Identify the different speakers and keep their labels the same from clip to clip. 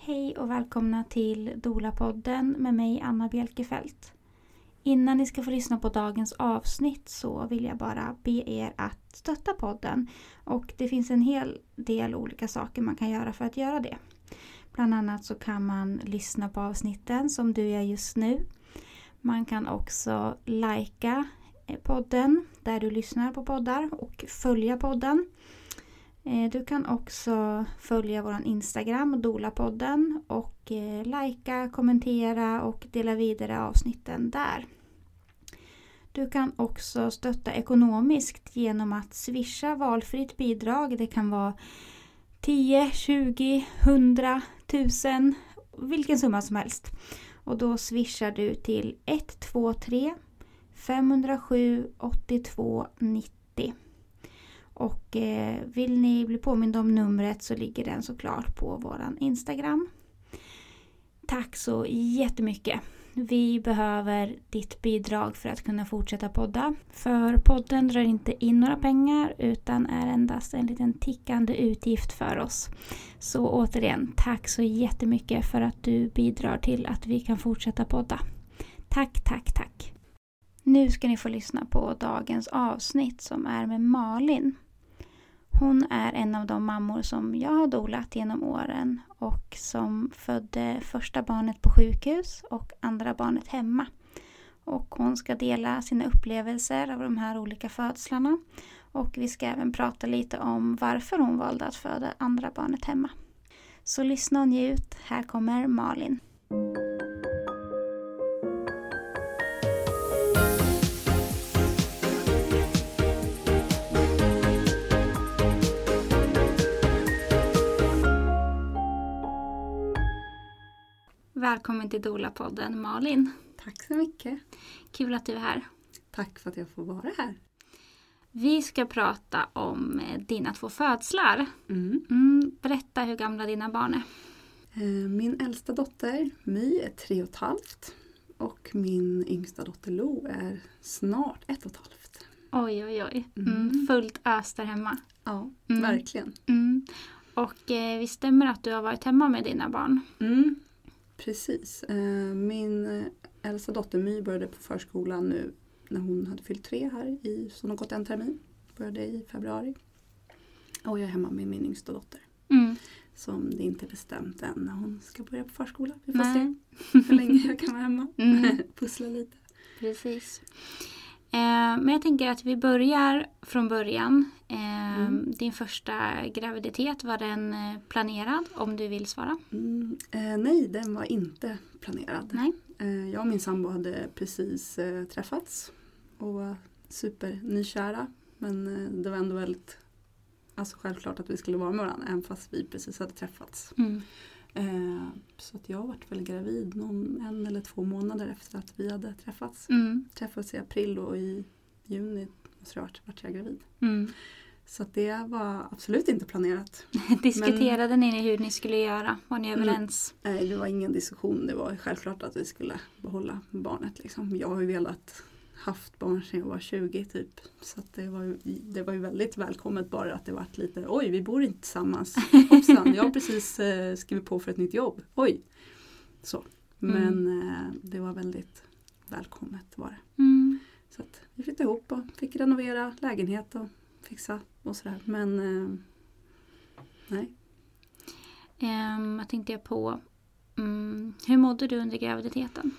Speaker 1: Hej och välkomna till Doula-podden med mig Anna Bjelkefelt. Innan ni ska få lyssna på dagens avsnitt så vill jag bara be er att stötta podden. Och det finns en hel del olika saker man kan göra för att göra det. Bland annat så kan man lyssna på avsnitten som du gör just nu. Man kan också likea podden där du lyssnar på poddar och följa podden. Du kan också följa vår Instagram, Doula-podden, och likea, kommentera och dela vidare avsnitten där. Du kan också stötta ekonomiskt genom att swisha valfritt bidrag. Det kan vara 10, 20, 100, 1000, vilken summa som helst. Och då swishar du till 123 507 82 90. Och vill ni bli påminda om numret så ligger den såklart på våran Instagram. Tack så jättemycket. Vi behöver ditt bidrag för att kunna fortsätta podda. För podden drar inte in några pengar utan är endast en liten tickande utgift för oss. Så återigen, tack så jättemycket för att du bidrar till att vi kan fortsätta podda. Tack, tack, tack. Nu ska ni få lyssna på dagens avsnitt som är med Malin. Hon är en av de mammor som jag har dolat genom åren och som födde första barnet på sjukhus och andra barnet hemma. Och hon ska dela sina upplevelser av de här olika födslarna. Och vi ska även prata lite om varför hon valde att föda andra barnet hemma. Så lyssna och njut. Här kommer Malin. Välkommen till Doula-podden, Malin.
Speaker 2: Tack så mycket.
Speaker 1: Kul att du är här.
Speaker 2: Tack för att jag får vara här.
Speaker 1: Vi ska prata om dina 2 födslar. Berätta hur gamla dina barn är.
Speaker 2: Min äldsta dotter, My, är 3,5. Och min yngsta dotter, Lo, är snart 1,5.
Speaker 1: Oj, oj, oj. Fullt ös där hemma.
Speaker 2: Ja, verkligen.
Speaker 1: Och vi stämmer att du har varit hemma med dina barn.
Speaker 2: Precis. Min äldsta dotter My började på förskolan nu när hon hade fyllt 3 här så hon har gått en termin. Började i februari. Och jag är hemma med min yngsta dotter. Som det inte är bestämt än när hon ska börja på förskola. Vi får se hur länge jag kan vara hemma. Pussla lite.
Speaker 1: Precis. Men jag tänker att vi börjar från början. Din första graviditet, var den planerad om du vill svara?
Speaker 2: Nej, den var inte planerad.
Speaker 1: Nej.
Speaker 2: Jag och min sambo hade precis träffats och var supernykära. Men det var ändå väldigt självklart att vi skulle vara med varandra även fast vi precis hade träffats. Så att jag har varit väl gravid 1 eller 2 månader efter att vi hade träffats. Träffats i april och i juni måste jag varit jag gravid. Så att det var absolut inte planerat.
Speaker 1: Diskuterade ni hur ni skulle göra? Var ni överens?
Speaker 2: Nej, det var ingen diskussion. Det var självklart att vi skulle behålla barnet. Liksom. Jag har ju velat haft barn sedan jag var 20 typ. Så att det var ju väldigt välkommet bara att det var lite, oj vi bor inte tillsammans. Hoppsan, jag har precis skrivit på för ett nytt jobb. Oj. Så. Men det var väldigt välkommet var det. Så att vi flyttade ihop och fick renovera lägenhet och fixa och sådär. Men nej.
Speaker 1: Jag tänkte på hur mådde du under graviditeten?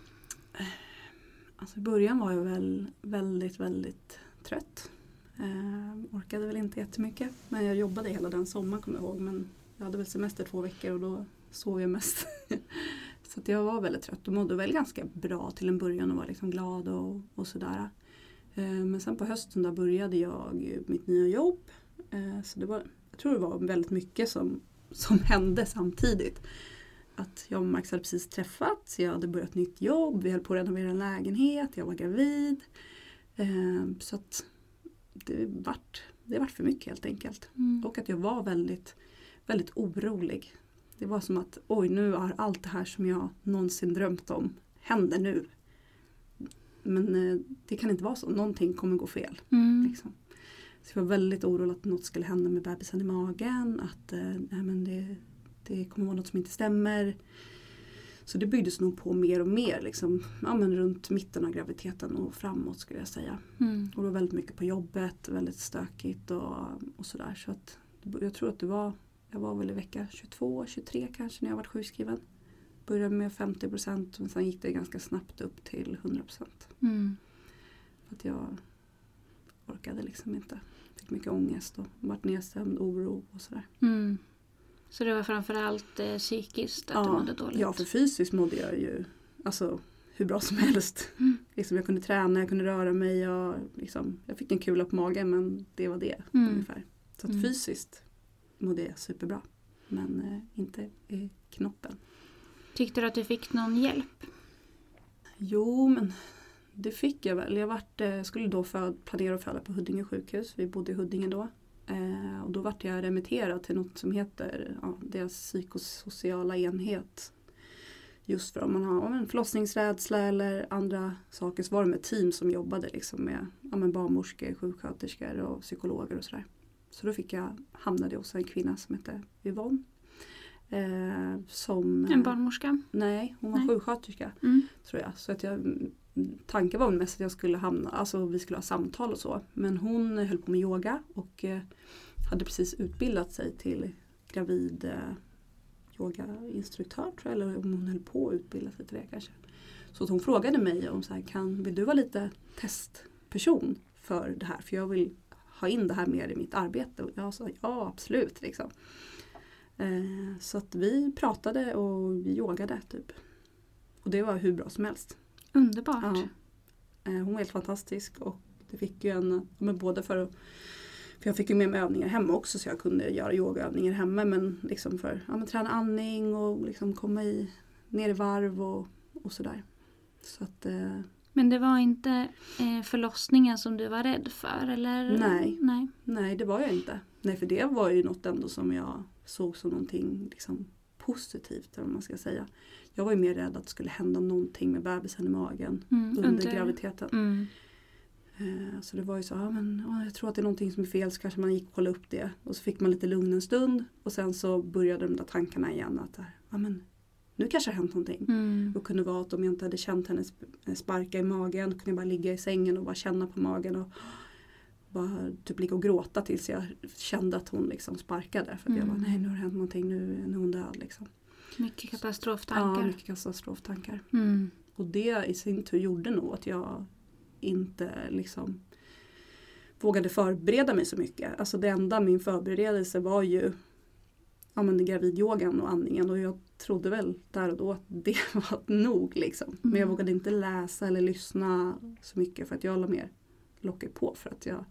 Speaker 2: I början var jag väl väldigt, väldigt trött. Orkade väl inte jättemycket. Men jag jobbade hela den sommaren kommer jag ihåg. Men jag hade väl semester 2 veckor och då sov jag mest. Så att jag var väldigt trött och mådde väl ganska bra till en början och var liksom glad och sådär. Men sen på hösten då började jag mitt nya jobb. Så jag tror det var väldigt mycket som hände samtidigt. Att jag och Max hade precis träffats, jag hade börjat nytt jobb, vi höll på att renovera en lägenhet, jag var gravid. Så att det vart för mycket helt enkelt. Och att jag var väldigt, väldigt orolig. Det var som att, oj nu har allt det här som jag någonsin drömt om händer nu. Men det kan inte vara så, någonting kommer gå fel. Liksom. Så jag var väldigt orolig att något skulle hända med bebisen i magen, att det kommer vara något som inte stämmer. Så det byggdes nog på mer och mer liksom, men runt mitten av graviditeten och framåt skulle jag säga. Och det var väldigt mycket på jobbet, väldigt stökigt och sådär. Så att jag tror att jag var väl i vecka 22, 23 kanske när jag var sjukskriven. Började med 50% men sen gick det ganska snabbt upp till 100%. För att jag orkade liksom inte. Fick mycket ångest och varit nedstämd, oro och sådär.
Speaker 1: Så det var framförallt psykiskt att du mådde dåligt?
Speaker 2: Ja, för fysiskt mådde jag ju alltså, hur bra som helst. Liksom, jag kunde träna, jag kunde röra mig. Jag fick en kula på magen men det var det ungefär. Så att fysiskt mådde jag superbra. Men inte i knoppen.
Speaker 1: Tyckte du att du fick någon hjälp?
Speaker 2: Jo, men det fick jag väl. Jag skulle då planera att föda på Huddinge sjukhus. Vi bodde i Huddinge då. Och då vart jag remitterad till något som heter deras psykosociala enhet. Just för om man har en förlossningsrädsla eller andra saker så var det med team som jobbade liksom med barnmorskor, sjuksköterskor och psykologer och sådär. Så då hamnade jag hos en kvinna som hette Yvonne.
Speaker 1: En barnmorska?
Speaker 2: Nej, hon var sjuksköterska tror jag. Så att tanken var mest att jag skulle vi skulle ha samtal och så. Men hon höll på med yoga och hade precis utbildat sig till gravid yogainstruktör tror jag. Eller om hon höll på att utbilda sig till det kanske. Så att hon frågade mig om vill du vara lite testperson för det här? För jag vill ha in det här mer i mitt arbete. Och jag sa ja, absolut liksom. Så att vi pratade och vi yogade typ. Och det var hur bra som helst.
Speaker 1: Underbart.
Speaker 2: Ja. Hon var helt fantastisk och det fick ju både för jag fick ju med mig övningar hemma också så jag kunde göra yogaövningar hemma men liksom för träna andning och liksom komma ner i varv och sådär. Så att,
Speaker 1: men det var inte förlossningen som du var rädd för eller?
Speaker 2: Nej, det var jag inte. Nej, för det var ju något ändå som jag såg som någonting liksom positivt eller vad man ska säga. Jag var ju mer rädd att det skulle hända någonting med bebisen i magen under graviditeten. Så det var ju så, jag tror att det är någonting som är fel så kanske man gick och kollade upp det. Och så fick man lite lugn en stund och sen så började de där tankarna igen att nu kanske det har hänt någonting. Det kunde vara att om jag inte hade känt henne sparka i magen kunde jag bara ligga i sängen och bara känna på magen och bara typ ligga och gråta tills jag kände att hon liksom sparkade. För att jag bara, nej nu har det hänt någonting, nu är hon död liksom.
Speaker 1: Mycket katastroftankar.
Speaker 2: Ja, mycket katastroftankar. Och det i sin tur gjorde nog att jag inte liksom vågade förbereda mig så mycket. Alltså det enda min förberedelse var ju gravidyogan och andningen. Och jag trodde väl där och då att det var nog liksom. Men jag vågade inte läsa eller lyssna så mycket för att jag la mer locket på. För att jag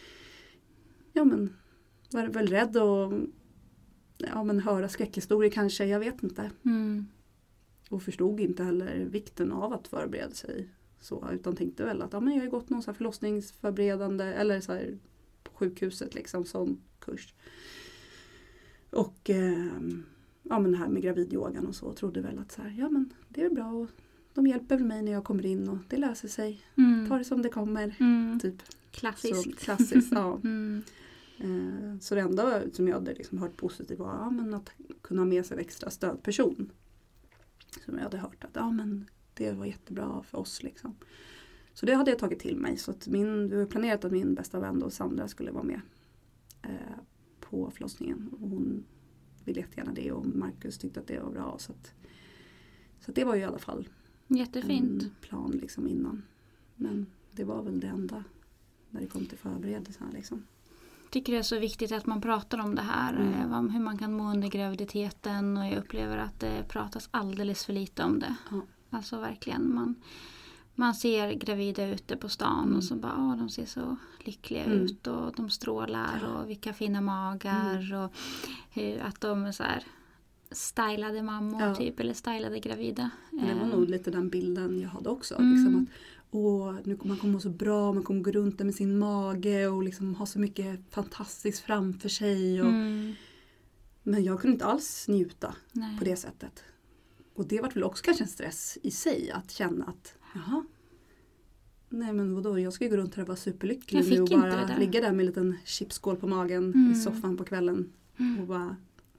Speaker 2: var väl rädd och höra skräckhistorier kanske, jag vet inte. Och förstod inte heller vikten av att förbereda sig så, utan tänkte väl att jag har ju gått någon så här förlossningsförberedande eller så här på sjukhuset liksom, sån kurs. Och det här med gravidyogan och så, trodde väl att så här, det är bra och de hjälper mig när jag kommer in och det löser sig. Ta det som det kommer. Typ.
Speaker 1: Klassiskt.
Speaker 2: Ja. Så det enda som jag hade liksom hört positivt var att kunna ha med sig en extra stödperson. Som jag hade hört att det var jättebra för oss liksom. Så det hade jag tagit till mig. Så att vi har planerat att min bästa vän då, Sandra skulle vara med på förlossningen. Och hon ville jättegärna det och Marcus tyckte att det var bra. Så det var ju i alla fall
Speaker 1: jättefint.
Speaker 2: En plan liksom innan. Men det var väl det enda när det kom till förberedelserna liksom.
Speaker 1: Jag tycker det är så viktigt att man pratar om det här. Hur man kan må under graviditeten. Och jag upplever att det pratas alldeles för lite om det. Ja. Alltså verkligen. Man ser gravida ute på stan. Och så bara, de ser så lyckliga ut. Och de strålar. Och vilka fina magar. Och att de är så här stylade mammor typ. Eller stylade gravida.
Speaker 2: Det var nog lite den bilden jag hade också. Liksom att nu kommer man komma så bra, man kommer gå runt där med sin mage och liksom ha så mycket fantastiskt framför sig. Men jag kunde inte alls njuta på det sättet. Och det var väl också kanske en stress i sig att känna att nej men vadå, jag ska ju gå runt här och vara superlycklig nu och bara ligga där med en liten chipsskål på magen i soffan på kvällen och bara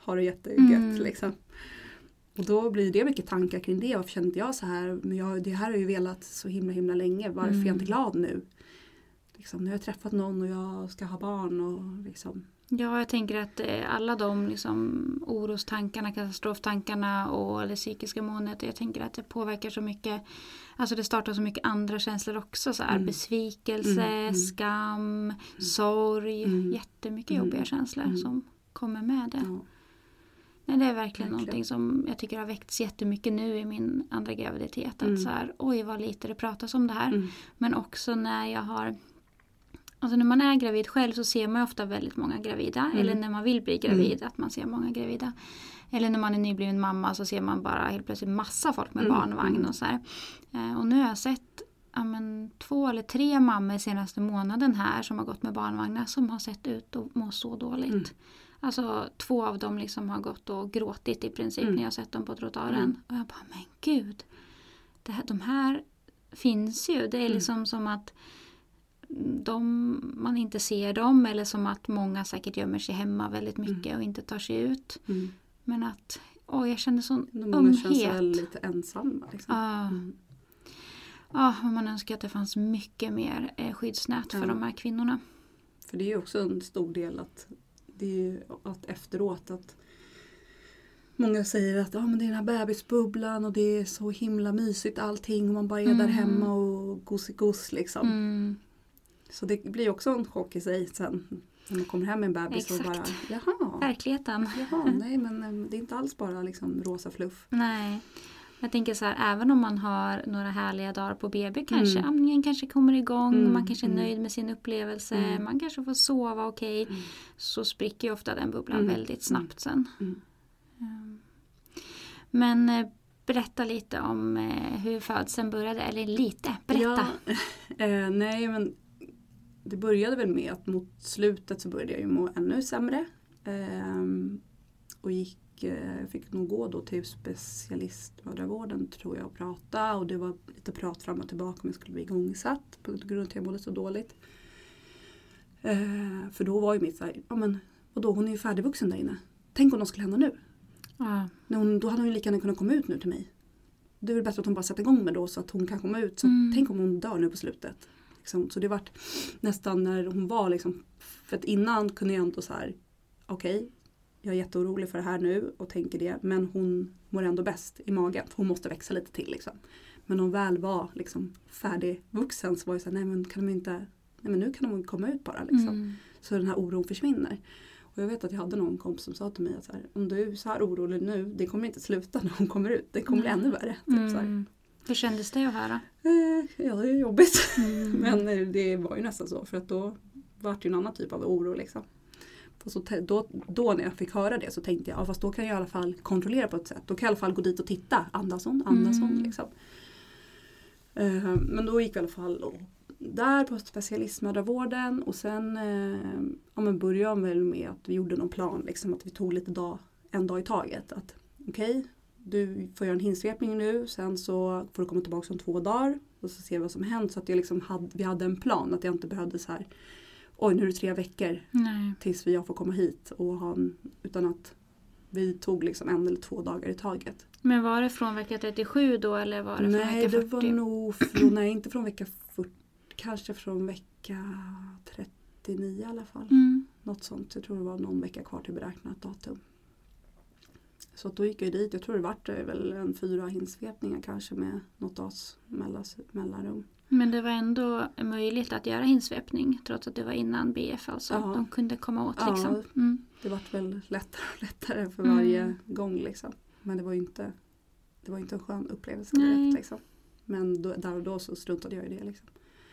Speaker 2: har det jättegött liksom. Och då blir det mycket tankar kring det. Varför känner inte jag så här? Men det här har ju velat så himla länge. Varför är jag inte glad nu? Liksom, nu har jag träffat någon och jag ska ha barn. Och liksom.
Speaker 1: Ja, jag tänker att alla de liksom, orostankarna, katastroftankarna och det psykiska måendet. Jag tänker att det påverkar så mycket. Alltså det startar så mycket andra känslor också. Så här, besvikelse, skam, sorg. Jättemycket jobbiga känslor som kommer med det. Ja. Nej, det är verkligen någonting som jag tycker har väckts jättemycket nu i min andra graviditet. Att så här, oj vad lite det pratas om det här. Men också när jag har... Alltså när man är gravid själv så ser man ofta väldigt många gravida. Eller när man vill bli gravid att man ser många gravida. Eller när man är nybliven mamma så ser man bara helt plötsligt massa folk med barnvagn och så här. Och nu har jag sett 2 eller 3 mammor senaste månaden här som har gått med barnvagnar som har sett ut och må så dåligt. Alltså 2 av dem liksom har gått och gråtit i princip när jag sett dem på trottoaren. Och jag bara, men gud. De här finns ju. Det är liksom som att man inte ser dem. Eller som att många säkert gömmer sig hemma väldigt mycket och inte tar sig ut. Men att, jag kände sån
Speaker 2: många
Speaker 1: ömhet.
Speaker 2: Känns väl lite ensamma. Liksom.
Speaker 1: Man önskar att det fanns mycket mer skyddsnät för de här kvinnorna.
Speaker 2: För det är ju också en stor del att efteråt att många säger att men det är den här bebisbubblan och det är så himla mysigt allting och man bara är där hemma och gos liksom. Så det blir också en chock i sig sen när man kommer hem med en bebis.
Speaker 1: Exakt.
Speaker 2: Och bara, jaha.
Speaker 1: Verkligheten.
Speaker 2: Jaha, nej men det är inte alls bara liksom rosa fluff.
Speaker 1: Nej. Jag tänker så här, även om man har några härliga dagar på BB kanske, amningen kanske kommer igång, man kanske är nöjd med sin upplevelse, man kanske får sova okej, så spricker ju ofta den bubblan väldigt snabbt sen. Men berätta lite om hur födseln började, eller lite, berätta.
Speaker 2: Ja, nej men det började väl med att mot slutet så började jag ju må ännu sämre. Och fick nog gå då till specialistmödravården tror jag och prata. Och det var lite prat fram och tillbaka om jag skulle bli igångsatt på grund av att jag mådde så dåligt. För då var ju mitt så här, vadå, hon är ju färdigvuxen där inne. Tänk om något skulle hända nu. Då hade hon ju lika gärna kunnat komma ut nu till mig. Det är väl bättre att hon bara sätter igång med då så att hon kan komma ut. Så tänk om hon dör nu på slutet. Liksom. Så det var nästan när hon var liksom, för att innan kunde jag ändå så här, okej, jag är jätteorolig för det här nu och tänker det. Men hon mår ändå bäst i magen. För hon måste växa lite till liksom. Men hon väl var liksom färdigvuxen så var det så här, nej men nu kan hon komma ut bara liksom. Så den här oron försvinner. Och jag vet att jag hade någon kompis som sa till mig att så här, om du är så här orolig nu, det kommer inte sluta när hon kommer ut. Det kommer bli ännu värre. Typ, så här.
Speaker 1: Hur kändes det att höra?
Speaker 2: Ja, det är jobbigt. Men det var ju nästan så. För att då var det ju en annan typ av oro liksom. Så då när jag fick höra det så tänkte jag, fast då kan jag i alla fall kontrollera på ett sätt. Då kan jag i alla fall gå dit och titta. Andas hon liksom. Men då gick vi i alla fall där på specialistmödravården. Och sen började väl med att vi gjorde någon plan. Liksom, att vi tog lite en dag i taget. Att okej, du får göra en hinsvepning nu. Sen så får du komma tillbaka om 2 dagar. Och så ser vi vad som händer. Så att jag liksom vi hade en plan. Att jag inte behövde så här, oj nu är det 3 veckor. Nej. Tills jag får komma hit. Utan att vi tog liksom 1 eller 2 dagar i taget.
Speaker 1: Men var det från vecka 37 då? Eller var det från vecka 40?
Speaker 2: Nej, det var nog inte från vecka 40. Kanske från vecka 39 i alla fall. Något sånt. Jag tror det var någon vecka kvar till beräknat datum. Så då gick jag dit. Jag tror det var väl 4 hinsvepningar kanske med något dags mellanrum. Men
Speaker 1: det var ändå möjligt att göra hinsvepning trots att det var innan BF. Alltså de kunde komma åt liksom.
Speaker 2: Det var väl lättare för varje gång liksom. Men det var inte en skön upplevelse direkt liksom. Men där och då så struntade jag i det liksom.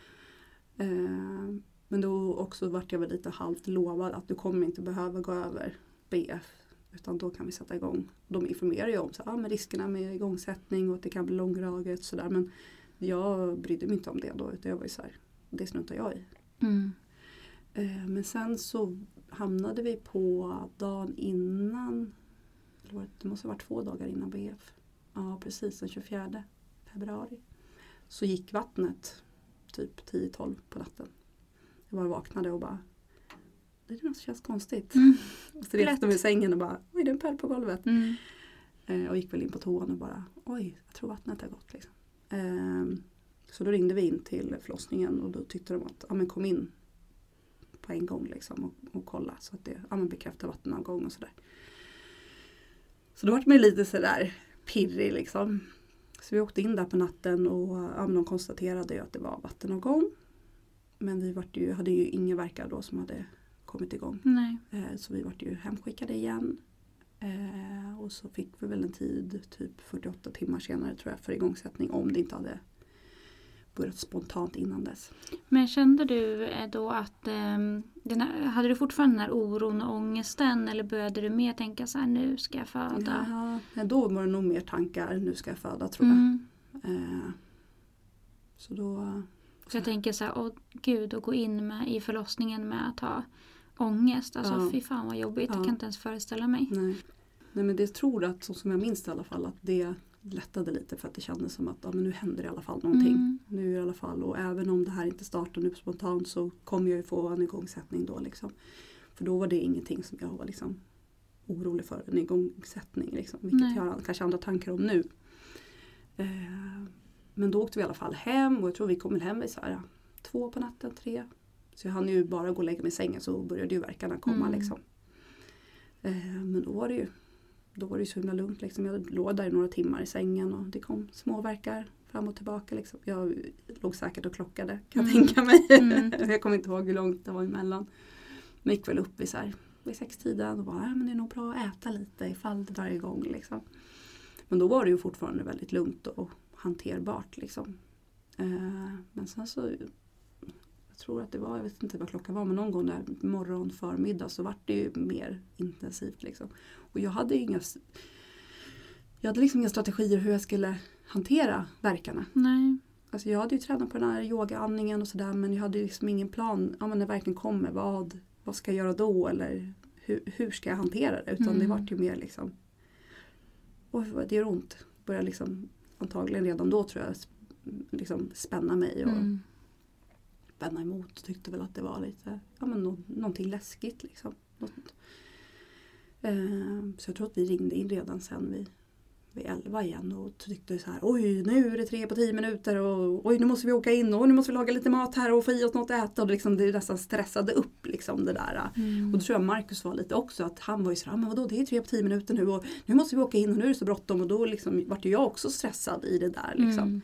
Speaker 2: Men då också vart jag väl lite halvt lovad att du kommer inte behöva gå över BF. Utan då kan vi sätta igång. De informerar ju om med riskerna med igångsättning och att det kan bli långdraget och sådär. Men jag brydde mig inte om det då. Utan jag var ju så här, det struntar jag i. Men sen så hamnade vi på dagen innan. Det måste ha varit 2 dagar innan BF. Ja, precis. Den 24 februari. Så gick vattnet typ 10-12 på natten. Jag bara vaknade och bara, är det något som känns konstigt?
Speaker 1: Mm.
Speaker 2: Och så reste mig i sängen och bara, oj det är en pärl på golvet.
Speaker 1: Mm.
Speaker 2: Och gick väl in på toan och bara, oj jag tror vattnet har gått liksom. Så då ringde vi in till förlossningen och då tyckte de att, ja men kom in på en gång liksom och kolla så att det, ja men bekräftar vattenavgång och sådär. Så då var man lite sådär pirrig liksom. Så vi åkte in där på natten och ja, de konstaterade ju att det var vattenavgång. Men vi hade ju inga verkar då som hade kommit igång.
Speaker 1: Nej.
Speaker 2: Så vi vart ju hemskickade igen. Och så fick vi väl en tid, typ 48 timmar senare tror jag, för igångsättning om det inte hade börjat spontant innan dess.
Speaker 1: Men kände du då att hade du fortfarande den här oron och ångesten eller började du mer tänka så här, nu ska jag föda?
Speaker 2: Ja, då var det nog mer tankar, nu ska jag föda tror jag. Så då...
Speaker 1: Så jag tänker så här, åh gud, att gå in i förlossningen med att ha ångest. Alltså fy fan vad jobbigt, jag kan inte ens föreställa mig.
Speaker 2: Nej men det tror att, så som jag minns i alla fall, att det lättade lite för att det kändes som att ja, men nu händer det i alla fall någonting. Nu i alla fall, och även om det här inte startar nu spontant så kommer jag ju få en igångsättning då liksom. För då var det ingenting som jag var liksom orolig för, en igångsättning liksom. Vilket jag har kanske andra tankar om nu. Men då åkte vi i alla fall hem och jag tror vi kom hem vid så här 2 på natten, 3. Så jag hann ju bara gå och lägga mig i sängen så började ju verkarna komma liksom. Men då var det ju så himla lugnt liksom. Jag låg där i några timmar i sängen och det kom små verkar fram och tillbaka liksom. Jag låg säkert och klockade, kan jag tänka mig. Jag kommer inte ihåg hur långt det var emellan. Men gick väl upp vid 6-tiden och bara, men det är nog bra att äta lite ifall det drar igång liksom. Men då var det ju fortfarande väldigt lugnt och hanterbart liksom. Men sen så, jag tror att det var, jag vet inte vad klockan var, men någon gång där morgon, förmiddag så var det ju mer intensivt liksom. Och jag hade liksom inga strategier hur jag skulle hantera verkarna.
Speaker 1: Nej.
Speaker 2: Alltså jag hade ju tränat på den här yogaandningen och sådär, men jag hade liksom ingen plan, ja men när verken kommer, vad ska jag göra då eller hur ska jag hantera det? Utan det var ju mer liksom, oj det gör ont. Började liksom antagligen redan då tror jag liksom spänna mig och spänna emot. Tyckte väl att det var lite, ja men någonting läskigt liksom. Så jag tror att vi ringde in redan sen vid 11 igen och tyckte så här, oj nu är det 3 på 10 minuter och oj nu måste vi åka in och nu måste vi laga lite mat här och få i oss något att äta och liksom, det nästan stressade upp liksom det där. Och då tror jag Marcus var lite också att han var ju så här, men vadå det är 3 på 10 minuter nu och nu måste vi åka in och nu är det så bråttom och då liksom vart ju jag också stressad i det där liksom.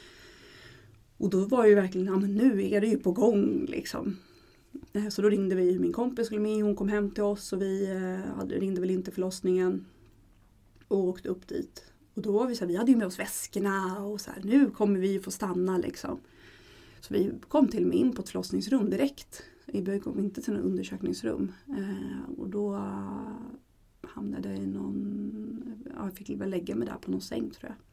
Speaker 2: Och då var ju verkligen, ja men nu är det ju på gång liksom. Så då ringde vi, min kompis skulle med, hon kom hem till oss och vi ringde väl in till förlossningen och åkte upp dit. Och då var vi så här, vi hade ju med oss väskorna och så här, nu kommer vi ju få stanna liksom. Så vi kom till och med in på ett förlossningsrum direkt. Vi kom inte till något undersökningsrum. Och då hamnade jag i jag fick väl lägga mig där på någon säng tror jag.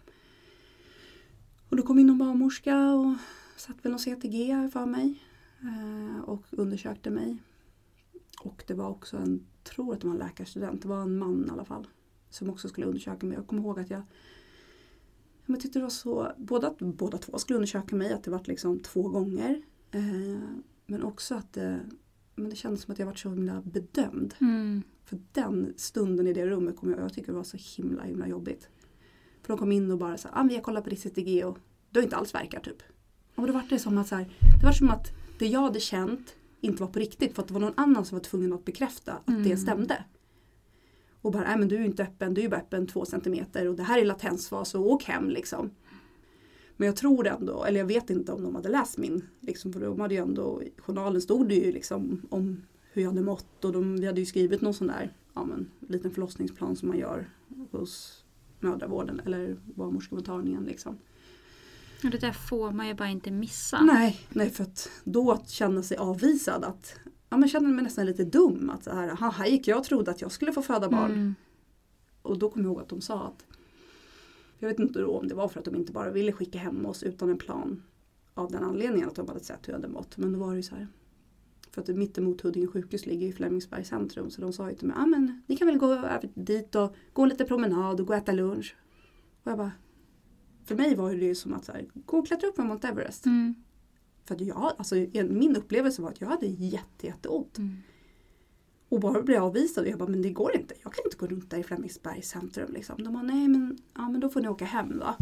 Speaker 2: Och då kom in någon barnmorska och satt väl någon CTG för mig. Och undersökte mig. Och det var också tror att det var en läkarstudent. Det var en man i alla fall. Som också skulle undersöka mig. Jag kommer ihåg att jag tyckte det var så. Båda två skulle undersöka mig. Att det var liksom 2 gånger. Men också att det kändes som att jag var så himla bedömd. För den stunden i det rummet jag tycker det var så himla jobbigt. För de kom in och bara så här, jag kollar på ditt CTG och du har inte alls verkar typ. Och då var det som att så här, det var som att det jag hade känt inte var på riktigt. För att det var någon annan som var tvungen att bekräfta att det stämde. Och bara, men du är ju inte öppen, du är ju bara öppen 2 centimeter och det här är latensfas och åk hem liksom. Men jag tror ändå, eller jag vet inte om de hade läst min, liksom, för de hade ju ändå, i journalen stod det ju liksom om hur jag hade mått och vi hade ju skrivit någon sån där, liten förlossningsplan som man gör hos mödravården eller barnmorskemottagningen liksom.
Speaker 1: Och det där får man ju bara inte missa.
Speaker 2: Nej, för att då känna sig avvisad att man kände mig nästan lite dum. Att så här gick jag och trodde att jag skulle få föda barn. Och då kom jag ihåg att de sa att, jag vet inte då om det var för att de inte bara ville skicka hem oss utan en plan av den anledningen att de hade sett hur jag hade mått. Men då var det ju så här, för att mittemot Huddinge sjukhus ligger i Flemingsbergs centrum. Så de sa ju till mig, men ni kan väl gå över dit och gå en liten promenad och gå och äta lunch. Och jag bara, för mig var det ju som att så här, gå och klättra upp med Mount Everest. För att min upplevelse var att jag hade jätteont. Och bara blev avvisad. Och jag bara, men det går inte. Jag kan inte gå runt där i Flemingsbergs centrum. Liksom. De bara, nej men då får ni åka hem då.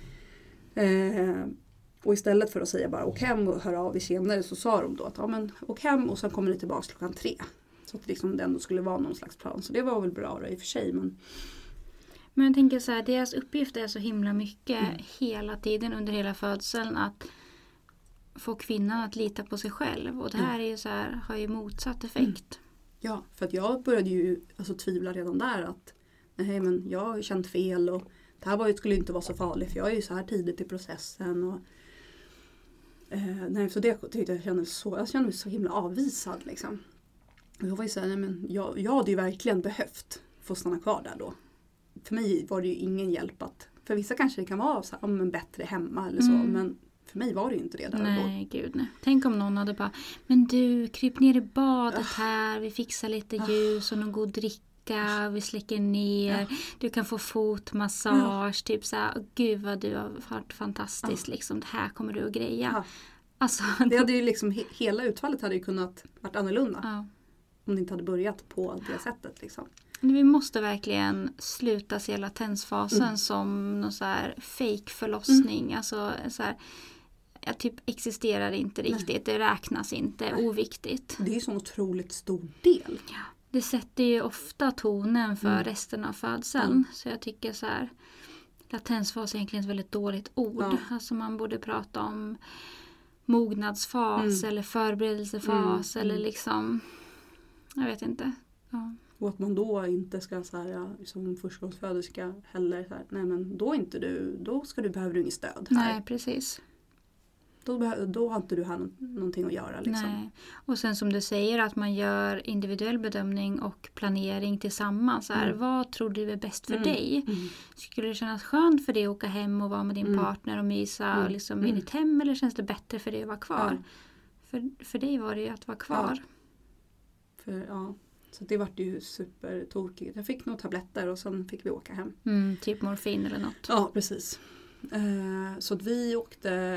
Speaker 2: Och istället för att säga bara åk hem och höra av er senare så sa de då att ja men åk hem och sen kommer ni tillbaka 3:00. Så att liksom det ändå skulle vara någon slags plan. Så det var väl bra då, i och för sig.
Speaker 1: Men jag tänker så här, deras uppgift är så himla mycket hela tiden under hela födseln att få kvinnan att lita på sig själv. Och det här är ju så här, har ju motsatt effekt.
Speaker 2: Ja, för att jag började ju tvivla redan där att nej men jag har ju känt fel och det här skulle inte vara så farligt för jag är ju så här tidigt i processen. Och, nej, så det tyckte jag kände mig så himla avvisad liksom. Och jag var ju så här, nej men jag hade ju verkligen behövt få stanna kvar där då. För mig var det ju ingen hjälp att, för vissa kanske det kan vara så här, men bättre hemma eller så, men för mig var det ju inte det där och då.
Speaker 1: Nej, gud nej. Tänk om någon hade bara, men du, kryp ner i badet här, vi fixar lite ljus och någon god dricka, vi släcker ner, du kan få fotmassage, typ så här, gud vad du har varit fantastisk, liksom, det här kommer du att greja. Alltså,
Speaker 2: det hade ju liksom, hela utfallet hade ju kunnat varit annorlunda. Om det inte hade börjat på det sättet liksom.
Speaker 1: Vi måste verkligen sluta se latensfasen som någon så här fake förlossning. Alltså så här, jag typ existerar inte riktigt. Det räknas inte. Oviktigt.
Speaker 2: Det är ju så otroligt stor del.
Speaker 1: Ja, det sätter ju ofta tonen för resten av födseln. Så jag tycker så här, latensfas är egentligen ett väldigt dåligt ord. Alltså man borde prata om mognadsfas eller förberedelsefas eller liksom, jag vet inte. Ja.
Speaker 2: Och att man då inte ska så här, som förstagångsföderska heller så här, nej men då inte du, behöver du inget stöd här.
Speaker 1: Nej, precis.
Speaker 2: Då har inte du här någonting att göra liksom.
Speaker 1: Nej. Och sen som du säger att man gör individuell bedömning och planering tillsammans. Här, vad tror du är bäst för dig? Skulle det kännas skönt för dig att åka hem och vara med din partner och mysa liksom i ditt hem, eller känns det bättre för dig att vara kvar? För dig var det ju att vara kvar.
Speaker 2: Så det var ju supertokigt. Jag fick några tabletter och sen fick vi åka hem.
Speaker 1: Typ morfin eller något.
Speaker 2: Ja, precis. Så att vi åkte,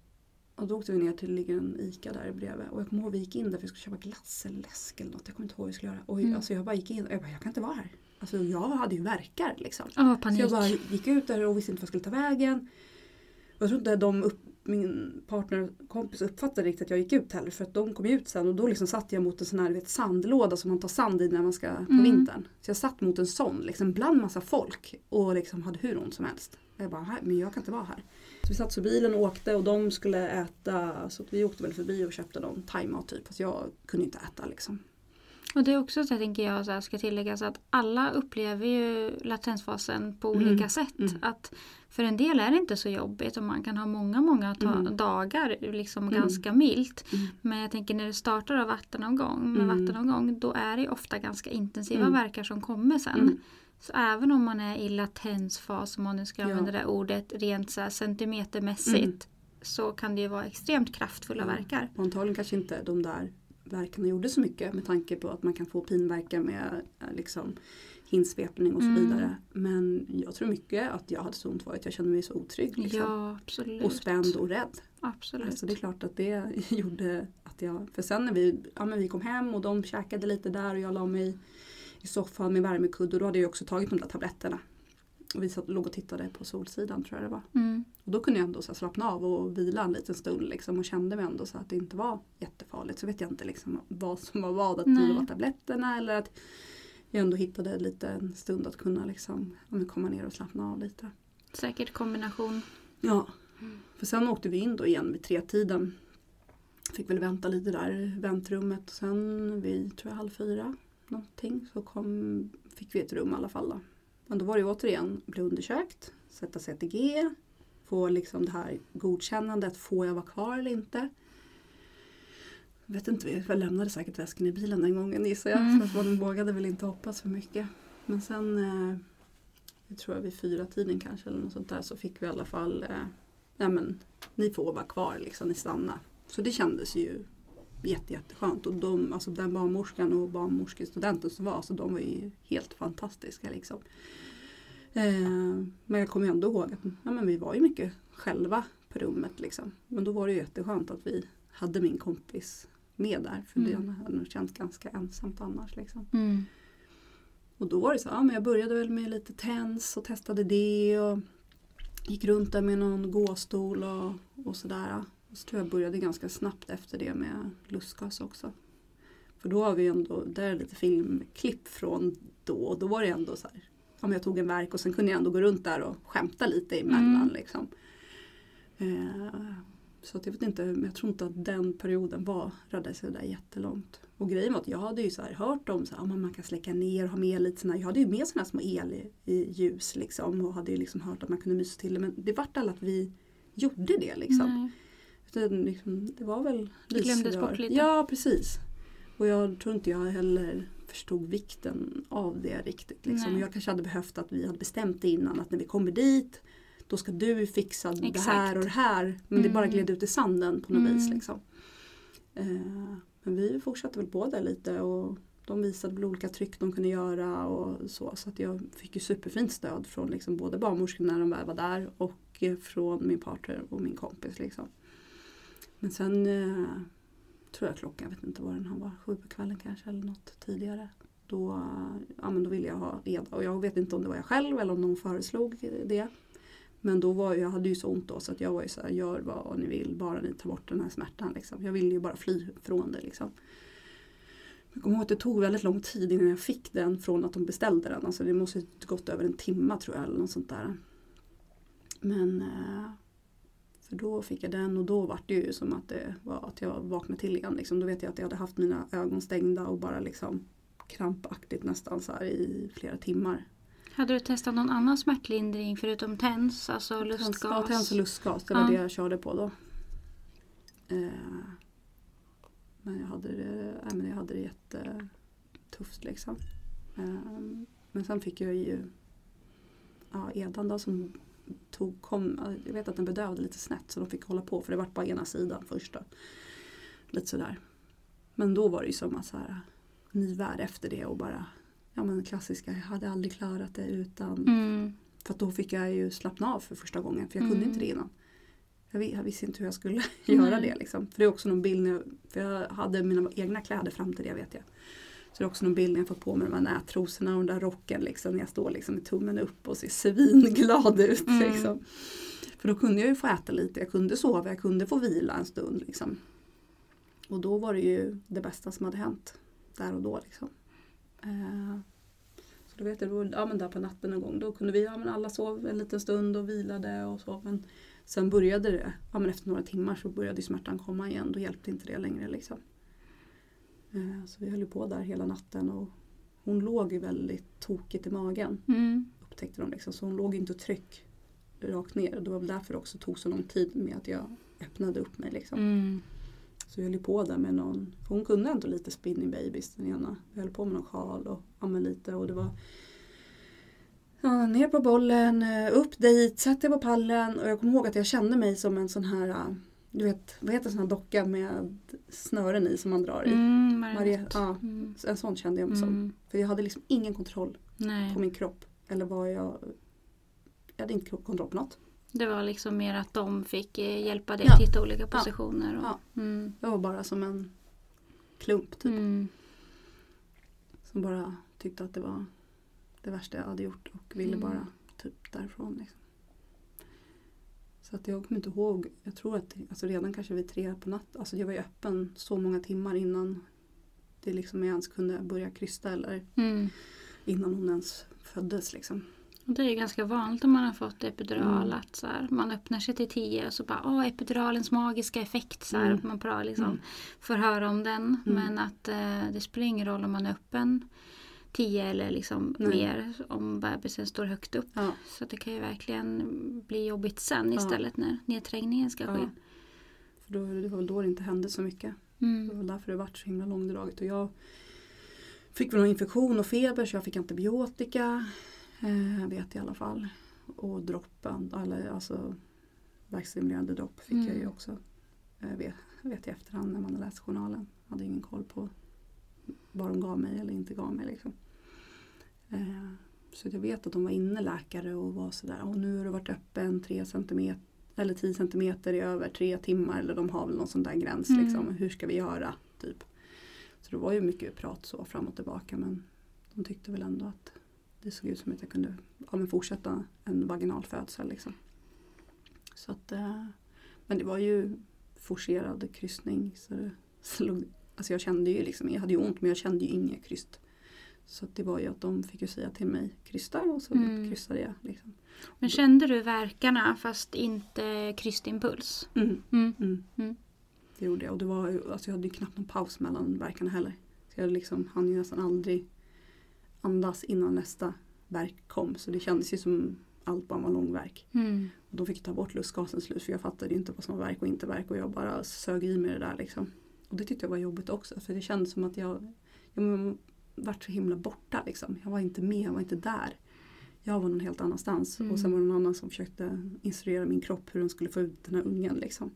Speaker 2: och då åkte vi ner till ligger en Ica där bredvid. Och jag kommer ihåg vi gick in där för vi skulle köpa glass eller läsk eller något. Jag kommer inte ihåg vad vi skulle göra. Och alltså jag bara gick in och jag kan inte vara här. Alltså jag hade ju verkar liksom.
Speaker 1: Panik.
Speaker 2: Så jag bara gick ut där och visste inte vad jag skulle ta vägen. Och jag tror inte min partnerkompis uppfattade riktigt att jag gick ut heller. För att de kom ut sen och då liksom satt jag mot en sån här sandlåda som man tar sand i när man ska på vintern. Så jag satt mot en sån liksom bland massa folk och liksom hade hur ont som helst. Och jag bara, men jag kan inte vara här. Så vi satt så bilen och åkte och de skulle äta, så att vi åkte väl förbi och köpte någon thaimat typ. Fast jag kunde inte äta liksom.
Speaker 1: Och det är också så, tänker jag, så här, ska tilläggas att alla upplever ju latensfasen på olika sätt. Att för en del är det inte så jobbigt och man kan ha många dagar liksom ganska milt. Men jag tänker när det startar av vattenavgång, då är det ofta ganska intensiva verkar som kommer sen. Så även om man är i latensfas, om man nu ska använda det ordet rent så här centimetermässigt, så kan det ju vara extremt kraftfulla verkar.
Speaker 2: Och antagligen kanske inte de där verkarna gjorde så mycket med tanke på att man kan få pinverkar med liksom hinsvepning och så vidare. Men jag tror mycket att jag hade så ont var att jag kände mig så otrygg. Liksom.
Speaker 1: Ja, absolut.
Speaker 2: Och spänd och rädd.
Speaker 1: Absolut.
Speaker 2: Så det är klart att det gjorde att jag, för sen när vi kom hem och de käkade lite där och jag la mig i soffan med värmekudd och då hade jag också tagit de där tabletterna. Och vi låg och tittade på Solsidan tror jag det var. Och då kunde jag ändå så slappna av och vila en liten stund liksom, och kände mig ändå så att det inte var jättefarligt. Så vet jag inte liksom vad som var vad, att det var tabletterna eller att jag ändå hittade lite en stund att kunna liksom, komma ner och slappna av lite.
Speaker 1: Säkert kombination.
Speaker 2: Ja, för sen åkte vi in då igen vid 3-tiden. Fick väl vänta lite där i väntrummet och sen vid tror jag 3:30 någonting så fick vi ett rum i alla fall då. Men då var det återigen bli undersökt, sätta CTG, få liksom det här godkännandet, får jag vara kvar eller inte. Jag vet inte, jag lämnade säkert väskan i bilen den gången gissar jag. Så att man vågade väl inte hoppas för mycket. Men sen, jag tror jag vid 4-tiden kanske eller något sånt där, så fick vi i alla fall, ni får vara kvar liksom, ni stannar. Så det kändes ju jätteskönt. Och alltså den barnmorskan och barnmorskestudenten som var, så de var ju helt fantastiska liksom. Men jag kommer ändå ihåg att vi var ju mycket själva på rummet liksom. Men då var det ju jätteskönt att vi hade min kompis med där. För det hade nog känts ganska ensamt annars liksom.
Speaker 1: Mm.
Speaker 2: Och då var det så, men jag började väl med lite TENS och testade det och gick runt där med någon gåstol och sådär. Och så tror jag började ganska snabbt efter det med lustgas också. För då har vi ändå, där är lite filmklipp från då. Och då var det ändå så här, om jag tog en verk och sen kunde jag ändå gå runt där och skämta lite emellan liksom. Så att jag vet inte, men jag tror inte att den perioden varade sig där jättelångt. Och grejen var att jag hade ju så här hört om så här, man kan släcka ner och ha med lite såna, jag hade ju med såna små el i ljus liksom. Och hade ju liksom hört att man kunde mysa till det. Men det vart alla att vi gjorde det liksom. Det var väl
Speaker 1: det glömdes bort lite.
Speaker 2: Ja, precis. Och jag tror inte jag heller förstod vikten av det riktigt. Liksom. Jag kanske hade behövt att vi hade bestämt det innan. Att när vi kommer dit, då ska du fixa det här och det här. Men det bara gled ut i sanden på något vis. Liksom. Men vi fortsatte väl på det lite. Och de visade väl olika tryck de kunde göra. Och så att jag fick ju superfint stöd från liksom både barnmorskorna när de väl var där. Och från min partner och min kompis. Liksom. Men sen tror jag klockan, jag vet inte vad den var, 7 på kvällen kanske eller något tidigare. Då ville jag ha EDA. Och jag vet inte om det var jag själv eller om någon föreslog det. Men då jag hade ju så ont då så att jag var ju så här, gör vad ni vill, bara ni tar bort den här smärtan liksom. Jag ville ju bara fly från det liksom. Jag kommer ihåg att det tog väldigt lång tid innan jag fick den från att de beställde den. Alltså det måste ha gått över en timme tror jag eller något sånt där. Men för då fick jag den och då var det ju som att det var att jag vaknade till igen. Liksom. Då vet jag att jag hade haft mina ögon stängda och bara liksom krampaktigt nästan så här i flera timmar.
Speaker 1: Hade du testat någon annan smärtlindring förutom TENS, alltså lustgas?
Speaker 2: Ja, TENS och lustgas, det var det jag körde på då. Men jag hade det jättetufft liksom. Men sen fick jag ju edan då som jag vet att den bedövade lite snett så de fick hålla på för det var bara ena sidan först då. Lite sådär. Men då var det ju som att så här, ny värld efter det och bara klassiska, jag hade aldrig klarat det utan för att då fick jag ju slappna av för första gången för jag kunde inte det innan. Jag visste inte hur jag skulle göra det liksom. För det är också någon bild för jag hade mina egna kläder fram till det vet jag. Så det är också någon bild när jag fått på mig de här nättrosorna och den där rocken liksom, när jag står liksom med tummen upp och ser svinglad ut liksom. För då kunde jag ju få äta lite, jag kunde sova, jag kunde få vila en stund liksom. Och då var det ju det bästa som hade hänt där och då liksom. Så då vet jag, men där på natten en gång, då kunde vi, alla sov en liten stund och vilade och så. Men sen började det, efter några timmar så började smärtan komma igen, då hjälpte inte det längre liksom. Så vi höll på där hela natten och hon låg ju väldigt tokigt i magen. Upptäckte de liksom, så hon låg inte och tryck rakt ner. Det var väl därför det också tog så lång tid med att jag öppnade upp mig liksom. Så jag höll på där med någon, för hon kunde ändå lite spinning babies den ena. Jag höll på med någon sjal och lite och det var ner på bollen, upp dit, satt jag på pallen och jag kommer ihåg att jag kände mig som en sån här, du vet, vad heter sån här docka med snören i som man drar i? En sån kände jag mig som. För jag hade liksom ingen kontroll på min kropp. Eller vad jag hade inte kontroll på något.
Speaker 1: Det var liksom mer att de fick hjälpa dig att hitta olika positioner.
Speaker 2: Jag var bara som en klump typ. Som bara tyckte att det var det värsta jag hade gjort och ville bara typ därifrån liksom. Så att jag kommer inte ihåg, jag tror att redan kanske vid 3 på natten, alltså jag var ju öppen så många timmar innan det liksom jag ens kunde börja krysta eller innan hon ens föddes liksom.
Speaker 1: Och det är ju ganska vanligt om man har fått epidural att så här, man öppnar sig till 10 och så bara epiduralens magiska effekt så här, man bara liksom får höra om den men att det spelar ingen roll om man är öppen 10 eller liksom mer om bebisen står högt upp. Så det kan ju verkligen bli jobbigt sen istället när nedträngningen ska ske.
Speaker 2: För det var väl då det inte hände så mycket. Det var därför det var så himla långdraget. Och jag fick väl någon infektion och feber så jag fick antibiotika. Vet i alla fall. Och droppen, alltså verkstimulerande dropp fick jag ju också. Vet i efterhand när man har läst journalen. Hade ingen koll på vad de gav mig eller inte gav mig liksom. Så jag vet att de var inne läkare och var sådär. Och nu har det varit öppen 3 centimeter eller 10 centimeter i över 3 timmar. Eller de har väl någon sån där gräns liksom. Hur ska vi göra? typ. Så det var ju mycket prat så fram och tillbaka, men de tyckte väl ändå att det såg ut som att jag kunde fortsätta en vaginal födsel liksom. Så att, men det var ju forcerad kryssning, alltså jag kände ju liksom, jag hade ju ont men jag kände ju inga kryst. Så att det var ju att de fick ju säga till mig krysta, och så kryssade jag liksom.
Speaker 1: Men kände du verkarna fast inte krystimpuls?
Speaker 2: Det gjorde jag, och det var, alltså jag hade ju knappt någon paus mellan verkarna heller. Så jag liksom hann ju nästan aldrig andas innan nästa verk kom, så det kändes ju som allt bara var långverk. Och de fick ta bort lustgasen slut, för jag fattade ju inte vad som var verk och inte verk, och jag bara sög i mig det där liksom. Och det tyckte jag var jobbigt också, för det kändes som att jag vart så himla borta liksom. Jag var inte med, jag var inte där. Jag var någon helt annanstans. Och sen var det någon annan som försökte instruera min kropp hur den skulle få ut den här ungen liksom.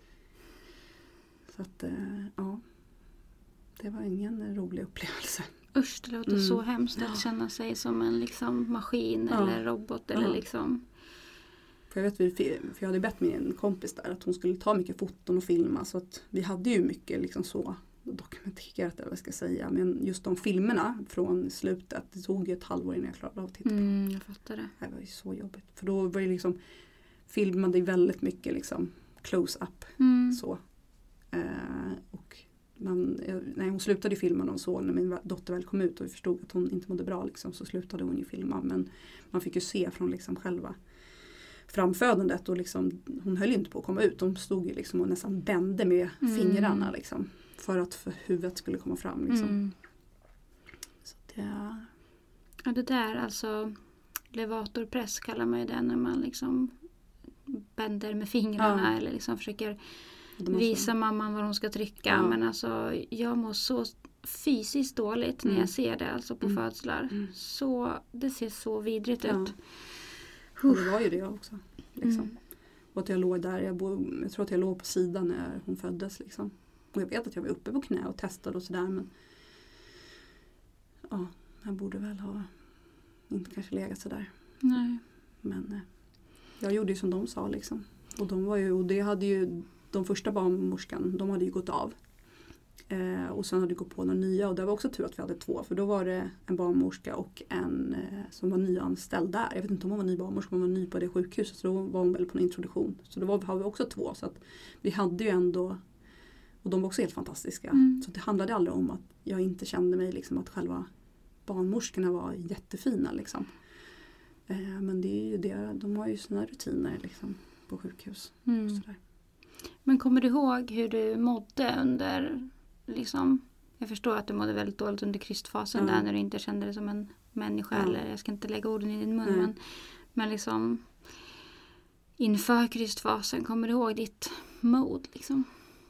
Speaker 2: Så att, ja. Det var ingen rolig upplevelse.
Speaker 1: Usch, det låter så hemskt att känna sig som en liksom maskin eller robot eller liksom.
Speaker 2: För jag hade bett min kompis där att hon skulle ta mycket foton och filma, så att vi hade ju mycket liksom så dokumenterat, eller vad jag ska säga, men just de filmerna från slutet, det tog ju ett halvår innan jag klarade av att titta på.
Speaker 1: Jag fattar det.
Speaker 2: Det var ju så jobbigt, för då var det liksom filmade väldigt mycket liksom close up så. Och när hon slutade filma, de såg när min dotter väl kom ut och vi förstod att hon inte mådde bra liksom, så slutade hon ju filma, men man fick ju se från liksom själva framfödandet, och liksom, hon höll inte på att komma ut, de stod ju liksom och nästan bände med fingrarna liksom, för att huvudet skulle komma fram liksom. Så det...
Speaker 1: Ja, det där alltså levatorpress kallar man ju det, när man liksom bänder med fingrarna eller liksom försöker visa mamman vad hon ska trycka, men alltså jag mår så fysiskt dåligt när jag ser det alltså på födslar. Så det ser så vidrigt ut.
Speaker 2: Och det var ju det också liksom. Och att jag låg där, jag tror att jag låg på sidan när hon föddes liksom. Och jag vet att jag var uppe på knä och testade och sådär, men ja, jag borde väl ha inte kanske legat sådär.
Speaker 1: Nej.
Speaker 2: Men jag gjorde ju som de sa liksom. Och de var ju, och det hade ju de första barnmorskan, de hade ju gått av. Och sen hade det gått på några nya, och det var också tur att vi hade 2, för då var det en barnmorska och en som var nyanställd där. Jag vet inte om hon var ny barnmorska, hon var ny på det sjukhuset, så då var hon väl på en introduktion. Så då hade vi också 2, så att vi hade ju ändå, och de var också helt fantastiska. Så det handlade aldrig om att jag inte kände mig liksom, att själva barnmorskorna var jättefina liksom. Men det är ju det, de har ju sina rutiner liksom, på sjukhus. Och sådär.
Speaker 1: Men kommer du ihåg hur du mådde under, liksom, jag förstår att du mådde väldigt dåligt under krystfasen där, när du inte kände dig som en människa, eller jag ska inte lägga orden i din mun, men liksom inför krystfasen, kommer du ihåg ditt mod liksom?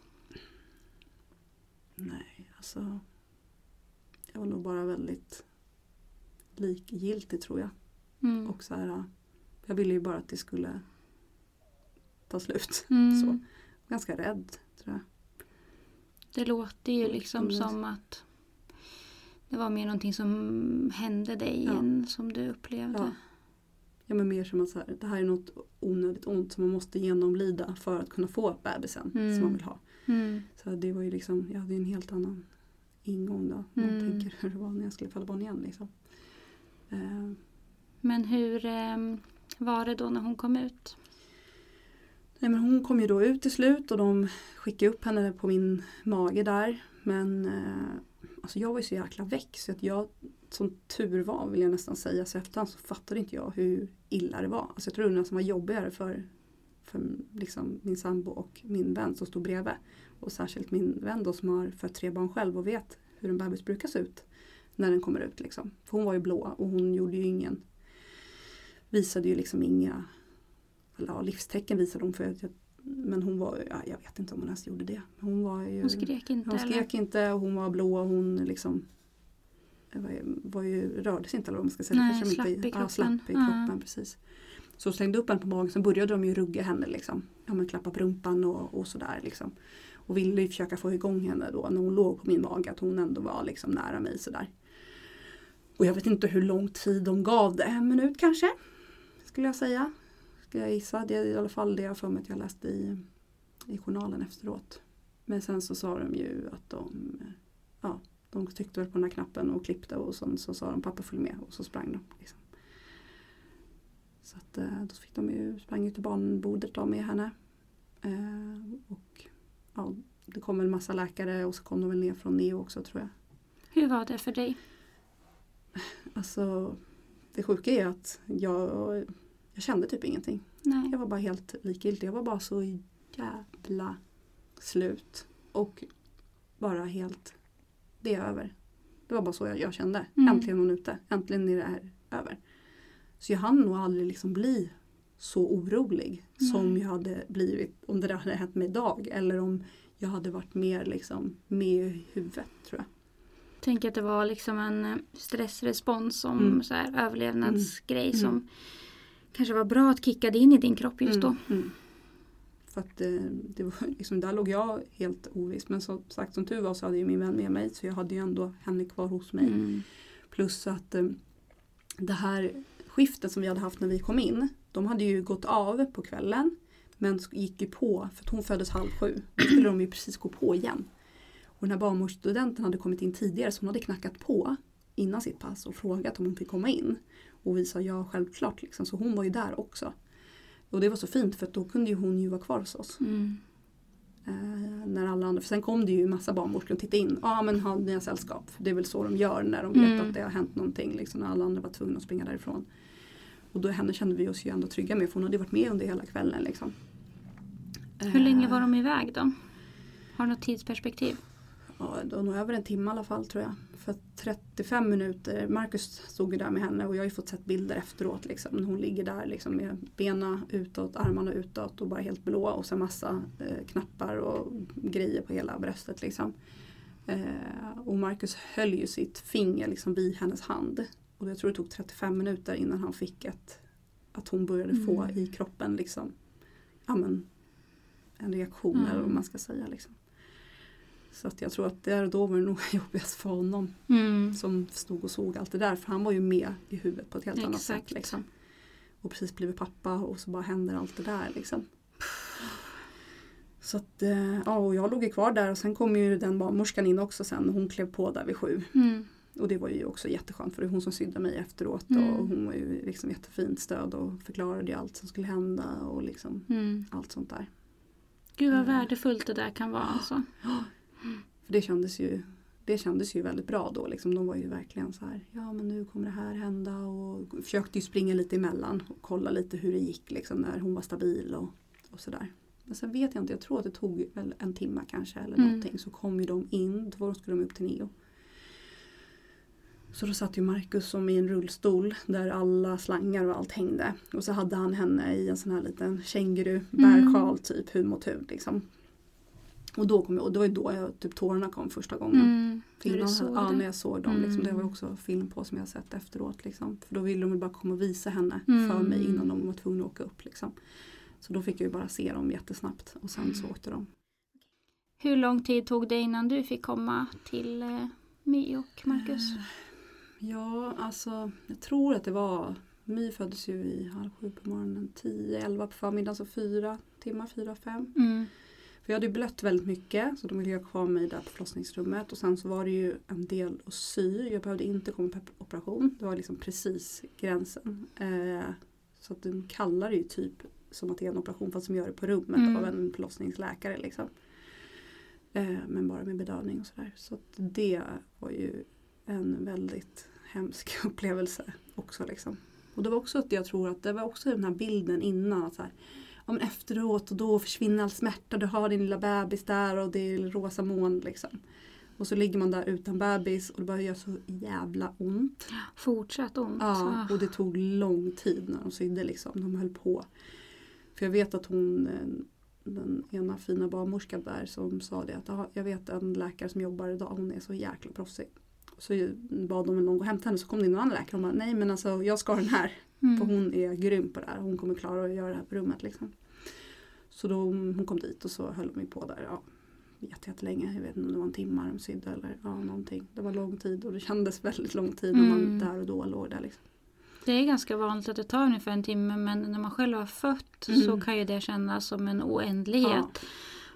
Speaker 2: Nej, alltså jag var nog bara väldigt likgiltig, tror jag. Och så här, jag ville ju bara att det skulle ta slut. Så. Ganska rädd, tror jag.
Speaker 1: Det låter ju liksom som att det var mer någonting som hände dig igen, som du upplevde.
Speaker 2: Ja, men mer som att så här, det här är något onödigt ont som man måste genomlida för att kunna få bebisen som man vill ha. Så det var ju liksom, jag hade en helt annan ingång då. Man tänker hur det var när jag skulle föda barn igen liksom.
Speaker 1: Men hur var det då när hon kom ut?
Speaker 2: Nej, men hon kom ju då ut till slut, och de skickade upp henne på min mage där. Men alltså jag var ju så jäkla väck, så att jag, som tur var vill jag nästan säga, så efterhand så fattade inte jag hur illa det var. Alltså jag tror det nästan var jobbigare för liksom min sambo och min vän som stod bredvid. Och särskilt min vän då som har fött 3 barn själv och vet hur en bebis brukar se ut när den kommer ut liksom. För hon var ju blå, och hon gjorde ju visade ju liksom inga, eller livstecken visade hon, men hon var, jag vet inte om hon ens gjorde det. Hon var ju,
Speaker 1: hon skrek inte.
Speaker 2: Hon skrek inte, och hon var blå, och hon liksom var ju, rörde sig inte, eller vad man ska säga.
Speaker 1: Nej, slapp i kroppen.
Speaker 2: Slapp i kroppen, precis. Så slängde upp henne på magen, så började de ju rugga henne liksom. Ja, men klappa på rumpan och sådär liksom. Och ville ju försöka få igång henne då när hon låg på min mage, att hon ändå var liksom nära mig sådär. Och jag vet inte hur lång tid de gav det, 1 minut kanske, skulle jag säga. Ska jag gissa, det är i alla fall det jag för mig att jag läste i journalen efteråt. Men sen så sa de ju att de tryckte väl på den här knappen och klippte och så sa de pappa följ med och så sprang de. Liksom. Så att då fick de ju sprang ut till barnbordet då med henne. Och ja, det kom väl en massa läkare och så kom de väl ner från Neo också tror jag.
Speaker 1: Hur var det för dig?
Speaker 2: Alltså det sjuka är att jag kände typ ingenting.
Speaker 1: Nej.
Speaker 2: Jag var bara helt likgiltig. Jag var bara så jävla slut. Och bara helt, det är över. Det var bara så jag kände. Äntligen hon ute. Äntligen är det här över. Så jag hann nog aldrig liksom bli så orolig som jag hade blivit om det hade hänt mig idag. Eller om jag hade varit mer liksom med i huvudet tror jag.
Speaker 1: Tänk att det var liksom en stressrespons som så här överlevnadsgrej som kanske var bra att kicka in i din kropp just då.
Speaker 2: För att det var liksom, där låg jag helt oviss. Men som sagt som tur var så hade ju min vän med mig. Så jag hade ju ändå henne kvar hos mig. Plus att det här skiftet som vi hade haft när vi kom in. De hade ju gått av på kvällen. Men gick ju på, för att hon föddes 6:30. Då skulle de ju precis gå på igen. Och den här barnmorsstudenten hade kommit in tidigare. Så hon hade knackat på innan sitt pass och frågat om hon fick komma in. Och vi sa ja självklart liksom. Så hon var ju där också. Och det var så fint för att då kunde ju hon ju vara kvar hos oss. När alla andra, för sen kom det ju en massa barnmorskor och tittade in. Ja men har ni en sällskap? För det är väl så de gör när de vet att det har hänt någonting. Liksom, när alla andra var tvungna att springa därifrån. Och då henne kände vi oss ju ändå trygga med. För hon hade varit med under hela kvällen liksom.
Speaker 1: Hur länge var de iväg då? Har du något tidsperspektiv?
Speaker 2: Ja, det var nog över en timme i alla fall tror jag. För 35 minuter, Marcus stod ju där med henne och jag har ju fått sett bilder efteråt liksom. Hon ligger där liksom med benen utåt, armarna utåt och bara helt blå och så massa knappar och grejer på hela bröstet liksom. Och Marcus höll ju sitt finger liksom vid hennes hand. Och jag tror det tog 35 minuter innan han fick att hon började få i kroppen liksom, ja men, en reaktion eller vad man ska säga liksom. Så att jag tror att där och då var det nog jobbigast för honom som stod och såg allt det där. För han var ju med i huvudet på ett helt annat sätt. Liksom. Och precis blivit pappa och så bara händer allt det där. Liksom. Så att, ja, och jag låg kvar där och sen kom ju den barnmorskan in också sen. Hon klev på där vid 7. Och det var ju också jätteskönt för det är hon som sydde mig efteråt. Och hon var ju liksom jättefint stöd och förklarade allt som skulle hända och liksom allt sånt där.
Speaker 1: Gud vad värdefullt det där kan vara alltså.
Speaker 2: För det kändes ju väldigt bra då. Liksom. De var ju verkligen så här, ja men nu kommer det här hända. Och försökte ju springa lite emellan och kolla lite hur det gick liksom, när hon var stabil och sådär. Men sen vet jag inte, jag tror att det tog väl en timme kanske eller någonting. Så kom ju de in, då skulle de upp till Neo. Så då satt ju Marcus som i en rullstol där alla slangar och allt hängde. Och så hade han henne i en sån här liten känguru-bärsjal typ hud mot hud liksom. Och då kom jag, och det var ju då typ tårarna kom första gången. När jag såg dem. Liksom, det var också film på som jag sett efteråt. Liksom. För då ville de bara komma och visa henne för mig innan de var tvungna att åka upp. Liksom. Så då fick jag ju bara se dem jättesnabbt. Och sen så åkte de.
Speaker 1: Hur lång tid tog det innan du fick komma till My och Marcus?
Speaker 2: Ja, alltså jag tror att det var... My föddes ju i 6:30 på morgonen, 10-11 på förmiddagen, så 4 timmar, 4-5. För jag hade ju blött väldigt mycket så de ville ha kvar mig där på förlossningsrummet. Och sen så var det ju en del att sy. Jag behövde inte komma på operation. Det var liksom precis gränsen. Så att de kallar det ju typ som att det är en operation fast som gör det på rummet av en förlossningsläkare liksom. Men bara med bedövning och sådär. Så att det var ju en väldigt hemsk upplevelse också liksom. Och det var också att jag tror att det var också den här bilden innan att så här, ja, men efteråt och då försvinner all smärta. Du har din lilla bebis där och det är rosa moln liksom. Och så ligger man där utan bebis och det bara gör så jävla ont.
Speaker 1: Fortsatt ont.
Speaker 2: Ja, och det tog lång tid när de sydde liksom. De höll på. För jag vet att hon, den ena fina barnmorskan där som sa det att jag vet en läkare som jobbar idag, hon är så jäkla proffsig. Så bad de någon gå och hämta henne så kom det in en annan läkare och bara, nej men alltså jag ska ha den här. För hon är grym på det här. Hon kommer klara att göra det här på rummet liksom. Så då hon kom dit och så höll de på där. Ja, jättelänge. Jag vet inte om det var en timme de sydde eller någonting. Det var lång tid och det kändes väldigt lång tid när man där och då låg där liksom.
Speaker 1: Det är ganska vanligt att det tar ungefär en timme men när man själv har fött så kan ju det kännas som en oändlighet.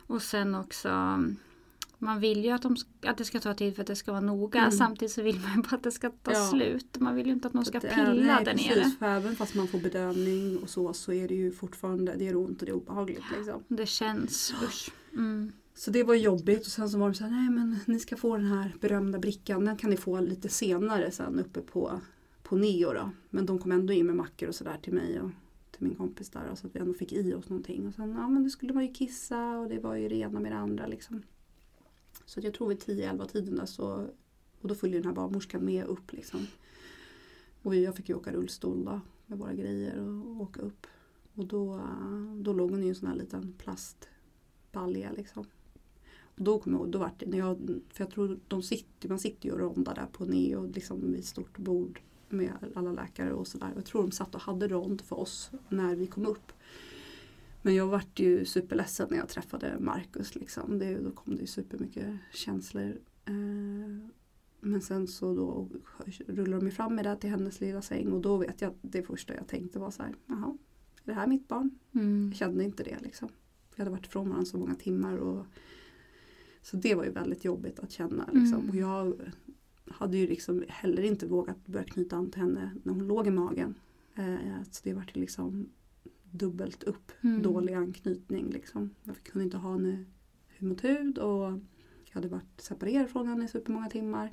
Speaker 1: Och sen också, man vill ju att det ska ta tid för att det ska vara noga. Samtidigt så vill man ju bara att det ska ta slut. Man vill ju inte att någon ska pilla där nere.
Speaker 2: För även fast man får bedövning och så är det ju fortfarande, det är ont och det är obehagligt. Liksom.
Speaker 1: Det känns, usch.
Speaker 2: Så det var jobbigt och sen så var de så här, nej men ni ska få den här berömda brickan. Den kan ni få lite senare sen uppe på Neo då. Men de kom ändå in med mackor och sådär till mig och till min kompis där. Så att vi ändå fick i oss någonting. Och sen, men det skulle man ju kissa och det var ju det ena med det andra liksom. Så jag tror vid 10-11 tiden där så, och då följde den här barnmorskan med upp liksom. Och jag fick ju åka rullstol då med våra grejer och åka upp. Och då låg hon i en sån här liten plastbalja liksom. Och då kom jag ihåg, då var det, för jag tror man sitter ju och rondar där på Neo liksom vid ett stort bord med alla läkare och sådär. Jag tror de satt och hade rond för oss när vi kom upp. Men jag vart ju superledsen när jag träffade Marcus liksom. Då kom det ju supermycket känslor. Men sen så då rullade de mig fram med det till hennes lilla säng. Och då vet jag att det första jag tänkte var så här, jaha, är det här mitt barn? Jag kände inte det liksom. Jag hade varit ifrån varandra så många timmar. Så det var ju väldigt jobbigt att känna liksom. Och jag hade ju liksom heller inte vågat börja knyta an till henne när hon låg i magen. Så det var ju liksom dubbelt upp dålig anknytning liksom. Jag kunde inte ha henne hud mot hud och jag hade varit separerad från henne i supermånga timmar.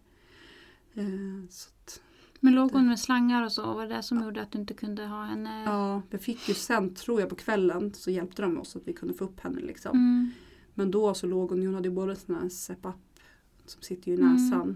Speaker 1: Men låg hon med slangar och så? Var det som gjorde att du inte kunde ha henne?
Speaker 2: Ja, jag fick ju sen, tror jag, på kvällen så hjälpte de oss att vi kunde få upp henne liksom. Men då så låg hon hade både sån här CPAP som sitter ju i näsan.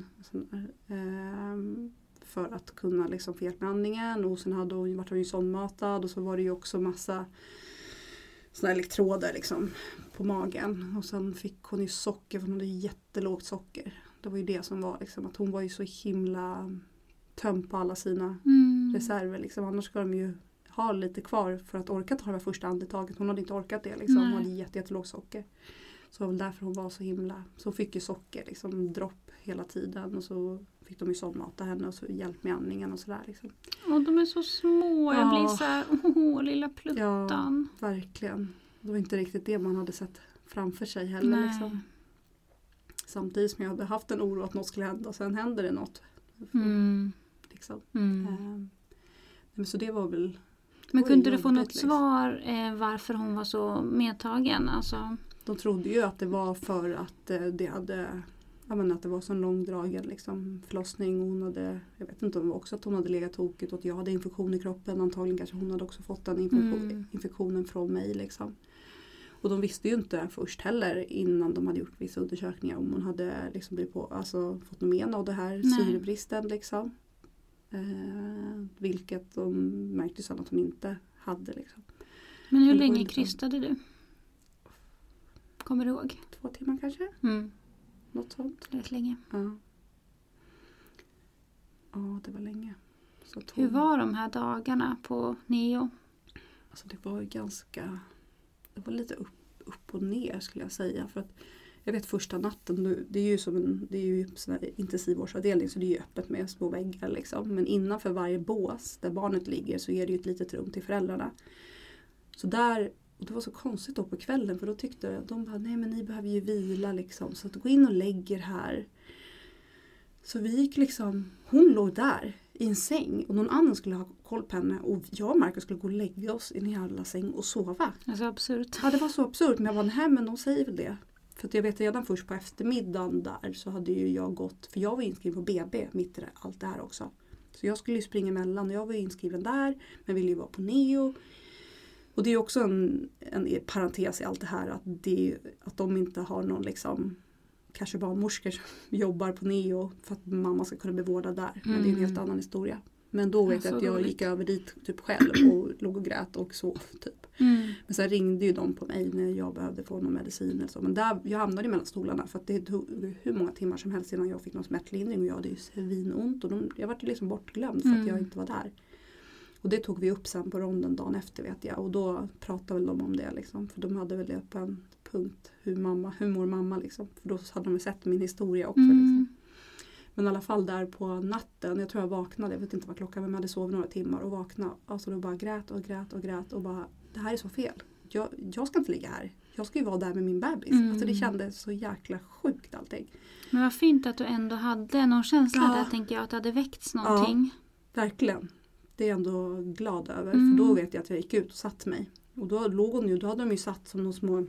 Speaker 2: För att kunna liksom få hjälp med andningen. Och sen hade hon ju sondmatad. Och så var det ju också massa såna elektroder liksom på magen. Och sen fick hon ju socker, för hon hade jättelågt socker. Det var ju det som var liksom, att hon var ju så himla tömd på alla sina reserver liksom. Annars ska de ju ha lite kvar för att orka ta det första andetaget. Hon hade inte orkat det liksom. Hon hade jättelågt socker. Så det var väl därför hon var så himla. Så hon fick ju socker liksom, dropp hela tiden. Och så fick de ju sondmata henne och så hjälp med andningen och sådär liksom.
Speaker 1: Och de är så små. Jag blir så här, lilla pluttan.
Speaker 2: Ja, verkligen. Det var inte riktigt det man hade sett framför sig heller liksom. Samtidigt som jag hade haft en oro att något skulle hända. Sen händer det något. Liksom. Men så det var väl. Men
Speaker 1: kunde du få något svar varför hon var så medtagen? Alltså.
Speaker 2: De trodde ju att det var för att att det var så en långdragen liksom, förlossning. Hon hade, jag vet inte om det var också att hon hade legat tokigt och att jag hade infektion i kroppen. Antagligen kanske hon hade också fått den infektionen från mig liksom. Och de visste ju inte först heller innan de hade gjort vissa undersökningar om hon hade liksom fått någon men av det här syrebristen liksom. Vilket de märkte sen att hon inte hade liksom.
Speaker 1: Men hur länge krystade du? Kommer du ihåg?
Speaker 2: 2 timmar kanske? Något sånt.
Speaker 1: Rätt länge.
Speaker 2: Ja, det var länge.
Speaker 1: Hur var de här dagarna på Neo?
Speaker 2: Alltså det var ju det var lite upp och ner skulle jag säga. För att jag vet första natten, det är ju sån här intensivvårdsavdelning så det är ju öppet med små väggar liksom. Men innanför varje bås där barnet ligger så är det ju ett litet rum till föräldrarna. Så där, och det var så konstigt då på kvällen för då tyckte de bara, nej men ni behöver ju vila liksom. Så att gå in och lägger här. Så vi gick liksom, hon låg där i en säng och någon annan skulle ha koll på henne och jag och Marcus skulle gå och lägga oss i en jävla säng och sova.
Speaker 1: Det är så absurt.
Speaker 2: Ja, det var så absurt men jag bara, nej men de säger väl det. För att jag vet redan först på eftermiddagen där så hade ju jag gått, för jag var inskriven på BB mitt i allt det här också. Så jag skulle ju springa emellan och jag var inskriven där men ville ju vara på Neo. Och det är också en parentes i allt det här att de inte har någon liksom, kanske barnmorskor som jobbar på Neo för att mamma ska kunna bevårda där. Men det är en helt annan historia. Men då vet jag att jag gick över dit typ själv och låg och grät och sov typ. Men sen ringde ju de på mig när jag behövde få någon medicin eller så. Men jag hamnade ju mellan stolarna för att det tog hur många timmar som helst innan jag fick någon smärtlindring och jag hade ju svinont och jag var ju liksom bortglömd för att jag inte var där. Och det tog vi upp sen på ronden dagen efter vet jag. Och då pratade väl de om det liksom. För de hade väl det på en punkt. Hur mår mamma liksom. För då hade de väl sett min historia också liksom. Men i alla fall där på natten. Jag tror jag vaknade. Jag vet inte vad klockan var. Men jag hade sovit några timmar och vaknade. Alltså då bara grät och bara. Det här är så fel. jag ska inte ligga här. Jag ska ju vara där med min bebis. Alltså det kändes så jäkla sjukt allting.
Speaker 1: Men vad fint att du ändå hade någon känsla där, tänker jag, att det hade väckts någonting.
Speaker 2: Ja, verkligen. Det är jag ändå glad över. För då vet jag att jag gick ut och satt mig. Och då låg hon ju, då hade de ju satt som någon små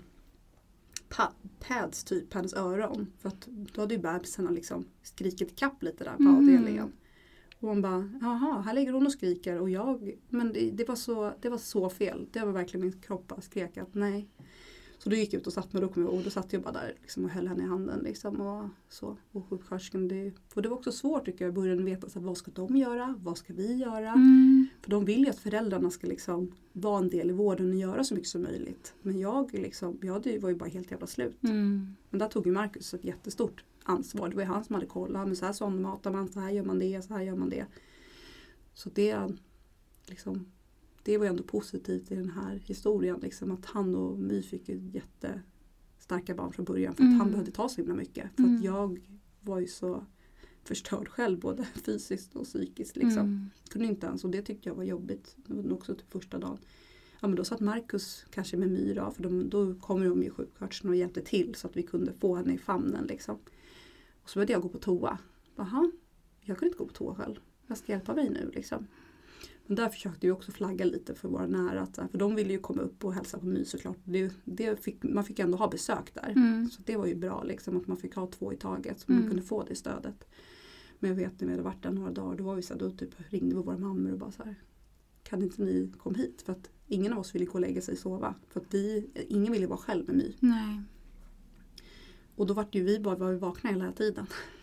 Speaker 2: pads typ på hennes öron. För att då hade ju bebisarna liksom skrikit kapp lite där på avdelningen. Och hon bara, jaha, här ligger hon och skriker. Och men det var så fel. Det var verkligen min kropp bara skrek att nej. Så då gick jag ut och satt mig och då satt jag bara där liksom, och höll henne i handen. Liksom, och så. Och sjuksköterskan, det var också svårt tycker jag i början att veta så här, vad ska de göra? Vad ska vi göra? För de vill ju att föräldrarna ska liksom vara en del i vården och göra så mycket som möjligt. Men jag var ju bara helt jävla slut. Men där tog ju Marcus ett jättestort ansvar. Det var ju han som hade kollat. Men så här sondmatar man, så här gör man det, så här gör man det. Så det liksom... Det var ändå positivt i den här historien. Liksom, att han och My fick ju jättestarka barn från början. För att han behövde ta så himla mycket. För att jag var ju så förstörd själv. Både fysiskt och psykiskt. Liksom. Kunde inte ens. Och det tyckte jag var jobbigt. Det var också typ första dagen. Ja, men då satt Marcus kanske med My då. För då kommer de ju sjuksköterskan och hjälpte till. Så att vi kunde få henne i famnen. Liksom. Och så började jag gå på toa. Jaha, jag kunde inte gå på toa själv. Jag ska hjälpa mig nu liksom. Men där försökte jag också flagga lite för våra nära. För de ville ju komma upp och hälsa på My såklart. Man fick ändå ha besök där. Så det var ju bra liksom, att man fick ha 2 i taget. Så man kunde få det stödet. Men jag vet när vi hade varit där några dagar. Då var vi så här, då typ ringde vi våra mammor och bara så här. Kan inte ni komma hit? För att ingen av oss ville gå och lägga sig och sova. För att ingen ville vara själv med My.
Speaker 1: Nej.
Speaker 2: Och då var vi vakna hela tiden.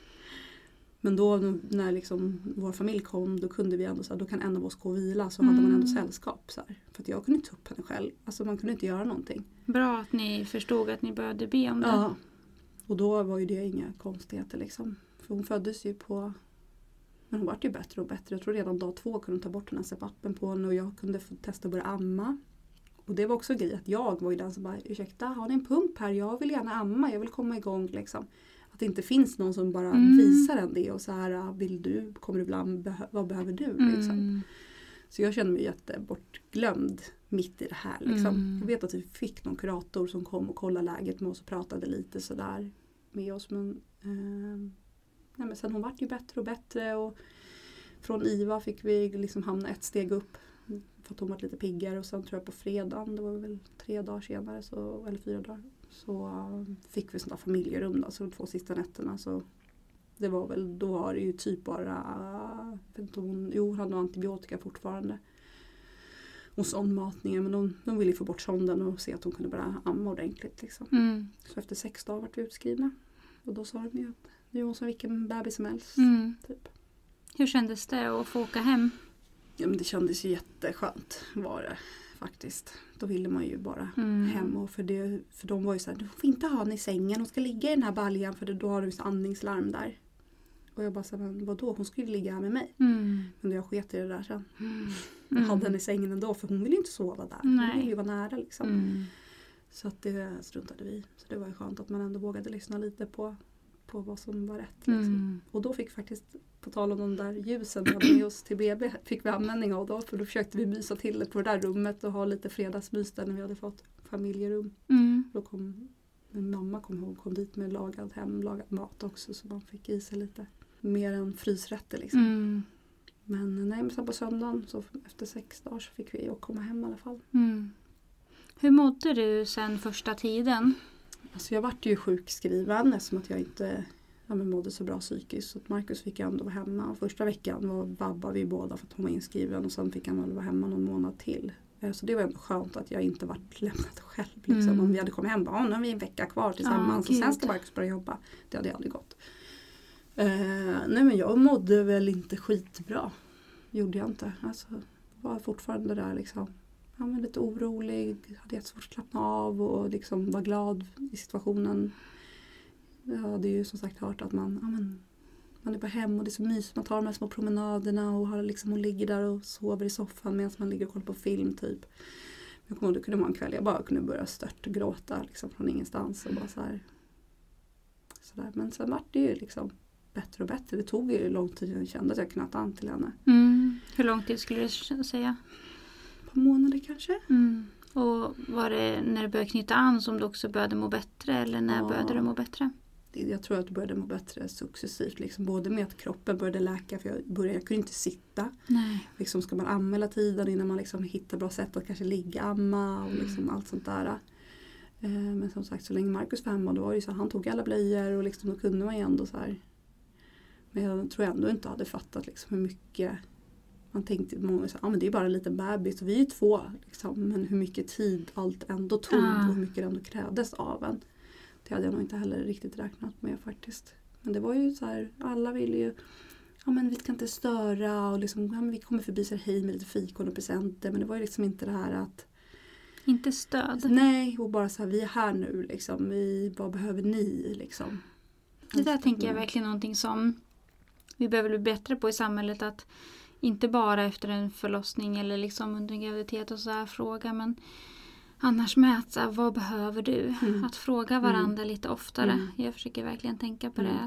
Speaker 2: Men då när liksom vår familj kom, då kunde vi ändå så här, då kan en av oss gå och vila, så hade man ändå sällskap så här. För att jag kunde inte ta upp henne själv. Alltså man kunde inte göra någonting.
Speaker 1: Bra att ni förstod att ni började be om det.
Speaker 2: Ja. Och då var ju det inga konstigheter liksom. För hon föddes ju men hon var ju bättre och bättre. Jag tror redan dag 2 kunde ta bort den här CPAPen på henne och jag kunde få testa att börja amma. Och det var också en grej att jag var ju den som bara, ursäkta, har ni en pump här? Jag vill gärna amma, jag vill komma igång liksom. Att det inte finns någon som bara visar en det och så här, kommer du ibland, vad behöver du liksom. Så jag kände mig jättebortglömd mitt i det här liksom. Jag vet att vi fick någon kurator som kom och kollade läget med oss och pratade lite sådär med oss. Men sen hon vart ju bättre och bättre och från IVA fick vi liksom hamna ett steg upp. För att hon var lite piggare och sen tror jag på fredagen, det var väl 3 dagar senare eller 4 dagar. Så fick vi sådana familjerum då, så de 2 sista nätterna så det var väl, då var det ju typ bara, hon hade nog antibiotika fortfarande och sondmatningen, men de ville få bort sonden och se att hon kunde börja amma ordentligt liksom. Så efter 6 dagar var vi utskrivna och då sa de ju att det var som vilken bebis som helst typ.
Speaker 1: Hur kändes det att få åka hem?
Speaker 2: Ja, men det kändes ju jätteskönt var det faktiskt. Då ville man ju bara hem. Och för de var ju så här, du får inte ha henne i sängen. Hon ska ligga i den här baljan för då har du andningslarm där. Och jag bara så här, men vadå? Hon skulle ligga här med mig. Men jag sket i det där sen. Jag hade henne i sängen ändå för hon ville ju inte sova där. Hon ville ju vara nära liksom. Så att det struntade vi. Så det var ju skönt att man ändå vågade lyssna lite på vad som var rätt. Liksom. Och då fick faktiskt, på tal om de där ljusen vi hade med oss till BB, fick vi användning av då. För då försökte vi mysa till det på det där rummet och ha lite fredagsmys där när vi hade fått familjerum. Då kom min mamma kom dit med lagad mat också, så man fick i sig lite mer än frysrätter liksom. Men sen på söndagen, så efter 6 dagar så fick vi komma hem i alla fall.
Speaker 1: Hur mådde du sen första tiden?
Speaker 2: Alltså jag vart ju sjukskriven eftersom att jag inte mådde så bra psykiskt. Så att Marcus fick ändå vara hemma. Och första veckan vabbade vi båda för att hon var inskriven. Och sen fick han väl vara hemma någon månad till. Så det var ändå skönt att jag inte vart lämnad själv. Liksom. Om vi hade kommit hem, nu har vi en vecka kvar tillsammans. Och sen ska Marcus börja jobba. Det hade aldrig gått. Nej men jag mådde väl inte skitbra. Gjorde jag inte. Alltså var fortfarande där liksom. Ja, men lite orolig, hade jättesvårt att slappna av och liksom var glad i situationen. Jag hade ju som sagt hört att man är på hem och det är så mysigt. Man tar de här små promenaderna och hon ligger där och sover i soffan medan man ligger och kollar på film typ. Jag kommer ihåg, det kunde vara en kväll jag bara kunde börja gråta liksom från ingenstans och bara sådär. Men sen var det ju liksom bättre och bättre. Det tog ju lång tid jag kände att jag knöt an till henne.
Speaker 1: Hur lång tid skulle du säga?
Speaker 2: Månader kanske.
Speaker 1: Och Var det när du började knyta an som du också började må bättre? Eller när började du må bättre?
Speaker 2: Jag tror att jag började må bättre successivt. Liksom, både med att kroppen började läka. För jag kunde inte sitta.
Speaker 1: Nej.
Speaker 2: Liksom, ska man amma hela tiden innan man liksom hittar bra sätt att kanske ligga amma. Och liksom allt sånt där. Men som sagt, så länge Marcus var hemma. Då var det ju så han tog alla blöjor. Och liksom, då kunde man ju ändå så här. Men jag tror ändå inte hade fattat liksom, hur mycket. Man tänkte många så men det är bara en liten bebis. Och vi är ju 2. Liksom, men hur mycket tid allt ändå tog. Och hur mycket det ändå krävdes av en. Det hade jag nog inte heller riktigt räknat med faktiskt. Men det var ju så här, alla ville ju, men vi ska inte störa och liksom, men vi kommer förbi så här, hej med lite fikon och presenter. Men det var ju liksom inte det här att...
Speaker 1: Inte stöd.
Speaker 2: Nej, och bara så här, vi är här nu liksom. Vad behöver ni liksom?
Speaker 1: Det där tänker jag verkligen någonting som vi behöver bli bättre på i samhället. Att inte bara efter en förlossning eller liksom under en graviditet och så här fråga, men... Annars med att, vad behöver du? Att fråga varandra lite oftare. Jag försöker verkligen tänka på det.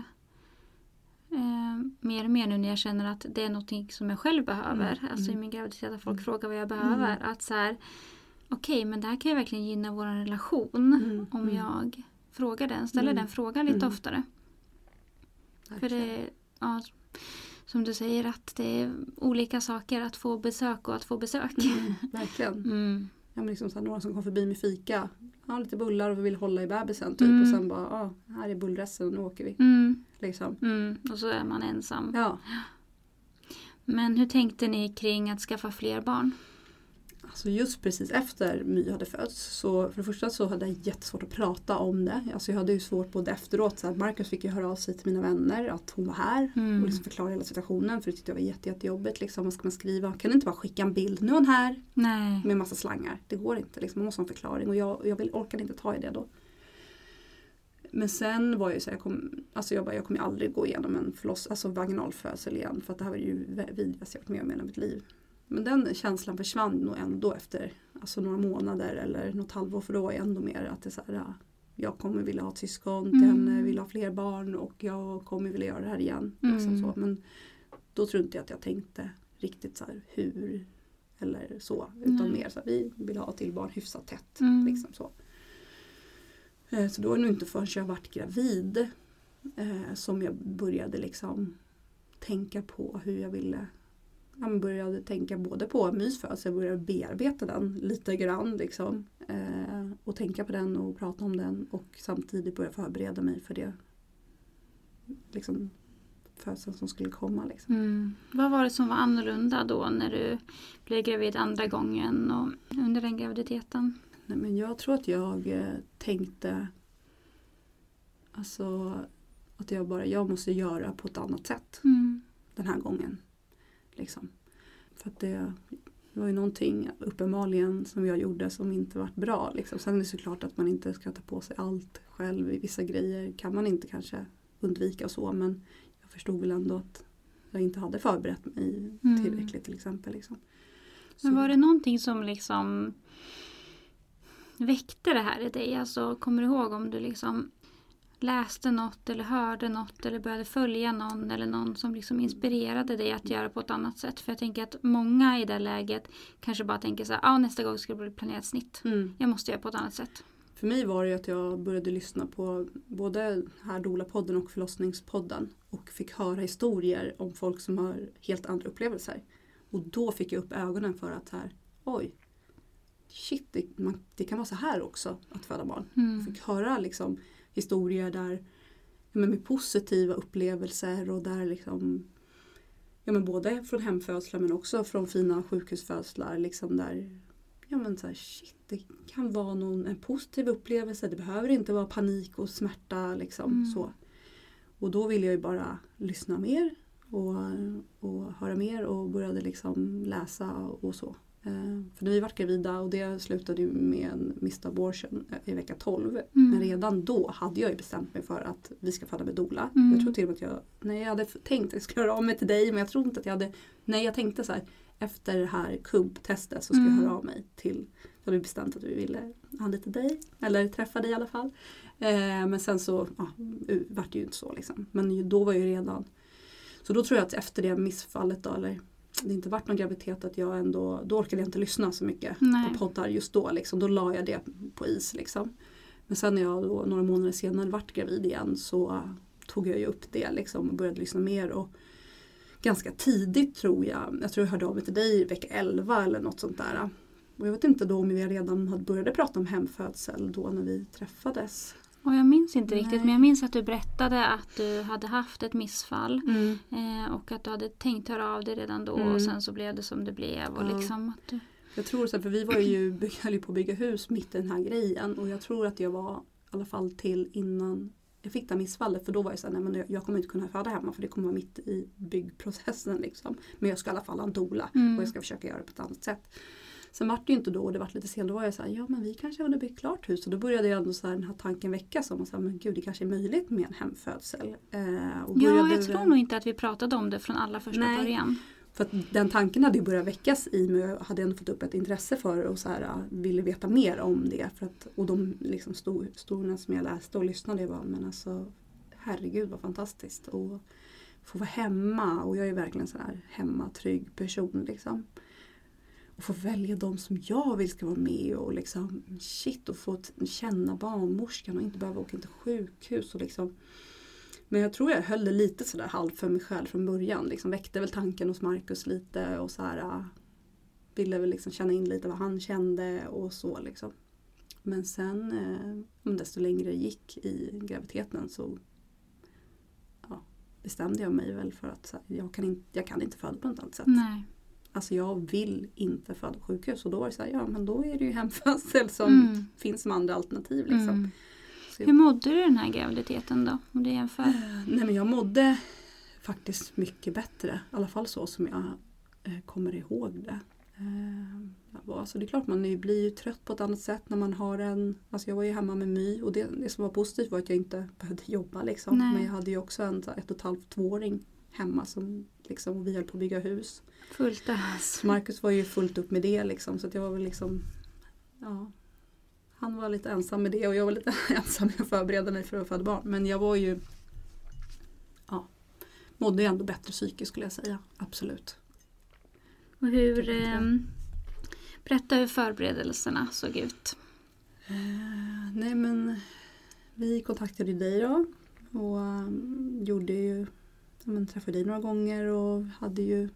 Speaker 1: Mer och mer nu när jag känner att det är något som jag själv behöver. Alltså i min graviditet att folk frågar vad jag behöver. Att så här, okej, men det här kan ju verkligen gynna vår relation. Om jag frågar den, ställer den frågan lite oftare. För det, ja, som du säger, att det är olika saker att få besök och att få besök.
Speaker 2: Verkligen. Ja, men liksom så här, några som kom förbi med fika. Ja, lite bullar och vill hålla i bebisen typ. Och sen bara, här är bullresten och nu åker vi. Liksom.
Speaker 1: Och så är man ensam.
Speaker 2: Ja.
Speaker 1: Men hur tänkte ni kring att skaffa fler barn?
Speaker 2: Alltså just precis efter My hade fötts. Så för det första så hade jag jättesvårt att prata om det. Alltså jag hade ju svårt både efteråt. Så att Marcus fick ju höra av sig till mina vänner att hon var här. Och liksom förklara hela situationen. För det tyckte jag var jättejobbigt. Liksom. Vad ska man skriva? Kan inte bara skicka en bild? Nu är hon här.
Speaker 1: Nej.
Speaker 2: Med en massa slangar. Det går inte. Liksom. Man måste ha en förklaring. Och jag orkade inte ta i det då. Men sen var jag så jag kommer aldrig gå igenom en vaginalfödsel igen. För att det här var ju vidrigast jag varit med om i hela mitt liv. Men den känslan försvann nog ändå efter några månader eller något halvår. För då var jag ändå mer att det så här, jag kommer vilja ha ett syskon till henne, vill ha fler barn och jag kommer vilja göra det här igen. Liksom så. Men då tror inte jag att jag tänkte riktigt så här hur eller så. Utan mer så här, vi vill ha till barn hyfsat tätt. Liksom så. Så då var det nog inte förrän jag varit gravid som jag började liksom tänka på hur jag ville. Jag började tänka både på mysfödsel, jag började bearbeta den lite grann liksom. Och tänka på den och prata om den och samtidigt börja förbereda mig för det liksom, födseln som skulle komma. Liksom.
Speaker 1: Vad var det som var annorlunda då när du blev gravid andra gången och under den graviditeten?
Speaker 2: Nej, men jag tror att jag tänkte att jag måste göra på ett annat sätt den här gången. Liksom. För att det var ju någonting uppenbarligen som jag gjorde som inte varit bra. Liksom. Sen är det såklart att man inte ska ta på sig allt själv. I vissa grejer kan man inte kanske undvika och så. Men jag förstod väl ändå att jag inte hade förberett mig tillräckligt till exempel. Liksom.
Speaker 1: Men var det någonting som liksom väckte det här i dig? Alltså, kommer du ihåg om du liksom läste något eller hörde något eller började följa någon eller någon som liksom inspirerade dig att göra på ett annat sätt? För jag tänker att många i det läget kanske bara tänker så här, nästa gång ska det bli planerat snitt. Jag måste göra på ett annat sätt.
Speaker 2: För mig var det att jag började lyssna på både här Doula-podden och förlossningspodden och fick höra historier om folk som har helt andra upplevelser. Och då fick jag upp ögonen för att här, shit, det kan vara så här också att föda barn. Jag fick höra liksom historier där med positiva upplevelser och där liksom både från hemfödslar men också från fina sjukhusfödslar liksom där så här, shit, det kan vara en positiv upplevelse, det behöver inte vara panik och smärta liksom så. Och då ville jag ju bara lyssna mer och höra mer och började liksom läsa och så. För när vi var gravida och det slutade ju med en missed abortion i vecka 12. Men redan då hade jag ju bestämt mig för att vi ska föda med doula. Jag tror till och med att jag hade tänkt att jag skulle höra av mig till dig. Men jag tror inte att jag hade, jag tänkte så här, efter det här KUB-testet så ska jag höra av mig till, jag hade bestämt att vi ville anlita dig. Eller träffa dig i alla fall. Men sen så var det ju inte så liksom. Men då var jag ju redan, så då tror jag att efter det missfallet då, eller det inte varit någon graviditet att jag ändå, då orkade jag inte lyssna så mycket på poddar just då. Liksom. Då la jag det på is liksom. Men sen när jag då, några månader senare varit gravid igen så tog jag ju upp det liksom och började lyssna mer. Och ganska tidigt tror jag hörde av mig till dig i vecka 11 eller något sånt där. Och jag vet inte då om vi redan hade börjat prata om hemfödsel då när vi träffades.
Speaker 1: Och jag minns inte riktigt, men jag minns att du berättade att du hade haft ett missfall och att du hade tänkt höra av dig redan då och sen så blev det som det blev. Och liksom att du...
Speaker 2: Jag tror så, för vi var ju höll på att bygga hus mitt i den här grejen och jag tror att jag var i alla fall till innan jag fick det här missfallet, för då var jag så här, nej men jag kommer inte kunna föda hemma för det kommer vara mitt i byggprocessen liksom. Men jag ska i alla fall ha en doula och jag ska försöka göra det på ett annat sätt. Sen var det ju inte då och det var lite sen, då var jag så här, ja men vi kanske hade byggt klart hus och då började jag ändå så här, den här tanken väckas om och så här, men gud det kanske är möjligt med en hemfödsel. Och
Speaker 1: jag tror nog inte att vi pratade om det från allra första början.
Speaker 2: För att den tanken hade ju börjat väckas i mig och jag hade ändå fått upp ett intresse för det och så här, ville veta mer om det. För att, och de liksom storna som jag läste och lyssnade var, men alltså herregud vad fantastiskt. Och få vara hemma och jag är verkligen så här hemmatrygg person liksom. Och få välja de som jag vill ska vara med och liksom shit och få känna barnmorskan och inte behöva åka till sjukhus och liksom. Men jag tror jag höll det lite sådär halv för mig själv från början. Liksom väckte väl tanken hos Marcus lite och så här ville väl liksom känna in lite vad han kände och så liksom. Men sen desto längre det gick i graviditeten så bestämde jag mig väl för att så här, jag kan inte föda på något annat sätt.
Speaker 1: Nej.
Speaker 2: Alltså jag vill inte föda på sjukhus och då var det så här, ja men då är det ju hemfödsel som finns som andra alternativ liksom.
Speaker 1: Hur mådde du den här graviditeten då? Om du jämför?
Speaker 2: Nej men jag mådde faktiskt mycket bättre. I alla fall så som jag kommer ihåg det. Alltså det är klart man blir ju trött på ett annat sätt när man har alltså jag var ju hemma med My och det som var positivt var att jag inte behövde jobba liksom. Men jag hade ju också en 1,5-2-åring hemma som liksom, och vi höll på att bygga hus.
Speaker 1: Fullt ös.
Speaker 2: Marcus var ju fullt upp med det liksom så att jag var väl liksom han var lite ensam med det och jag var lite ensam med att förbereda mig för att föda barn. Men jag var ju mådde ju ändå bättre psykiskt skulle jag säga. Absolut.
Speaker 1: Och berätta hur förberedelserna såg ut.
Speaker 2: Nej men vi kontaktade dig då och gjorde ju träffade dig några gånger och hade ju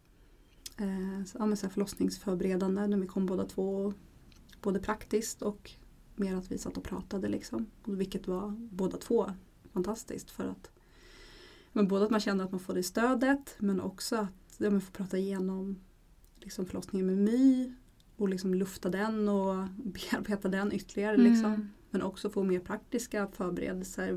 Speaker 2: så förlossningsförberedande när vi kom båda två. Både praktiskt och mer att vi satt och pratade liksom. Vilket var båda två fantastiskt för att både att man känner att man får det stödet men också att man får prata igenom liksom förlossningen med My och liksom lufta den och bearbeta den ytterligare liksom. Men också få mer praktiska förberedelser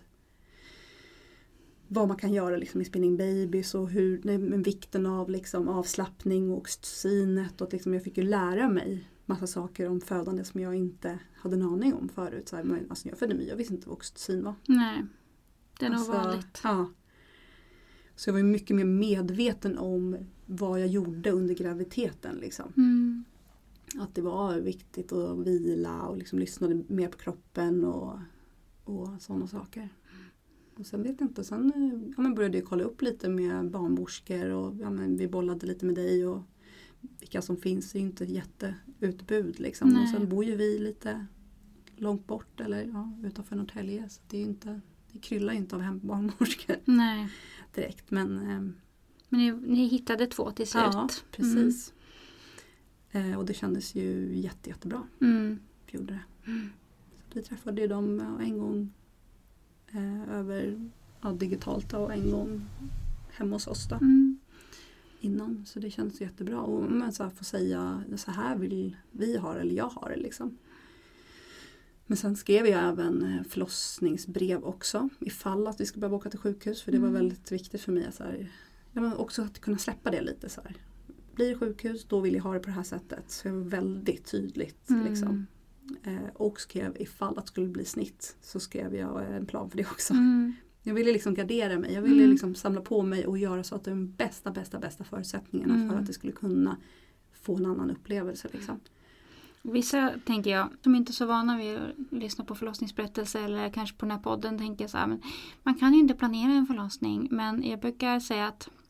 Speaker 2: vad man kan göra liksom i spinning babies och med vikten av liksom avslappning och oxytocinet och liksom jag fick ju lära mig massa saker om födande som jag inte hade en aning om förut. Så här, men, alltså jag födde mig, jag visste inte vad oxytocin var.
Speaker 1: Nej, det är nog vanligt.
Speaker 2: Ja. Så jag var ju mycket mer medveten om vad jag gjorde under graviditeten. Liksom. Att det var viktigt att vila och liksom lyssnade mer på kroppen och sådana saker. Och sen vet jag inte, sen började jag kolla upp lite med barnmorskor och vi bollade lite med dig och vilka som finns är ju inte jätteutbud liksom. Och sen bor ju vi lite långt bort eller utanför Norrtälje så det är ju inte, det kryllar ju inte av barnmorskor. Nej. Direkt men
Speaker 1: ni hittade 2 till slut.
Speaker 2: Ja, precis. Och det kändes ju jättebra. Vi gjorde det. Så vi träffade ju dem en gång över digitalt och en gång hemma hos oss då. Innan, så det känns jättebra och man så här får säga så här vill vi ha eller jag har det liksom. Men sen skrev jag även förlossningsbrev också ifall att vi ska behöva åka till sjukhus för det var väldigt viktigt för mig så här, men också att kunna släppa det lite så här. Blir det sjukhus då vill jag ha det på det här sättet så jag var väldigt tydligt liksom. Och skrev ifall att det skulle bli snitt så skrev jag en plan för det också. Jag ville liksom gardera mig. Jag ville liksom samla på mig och göra så att de bästa förutsättningarna för att det skulle kunna få en annan upplevelse. Liksom.
Speaker 1: Vissa, tänker jag, som inte är så vana vid att lyssna på förlossningsberättelser eller kanske på den här podden, tänker så här, men man kan ju inte planera en förlossning. Men jag brukar säga att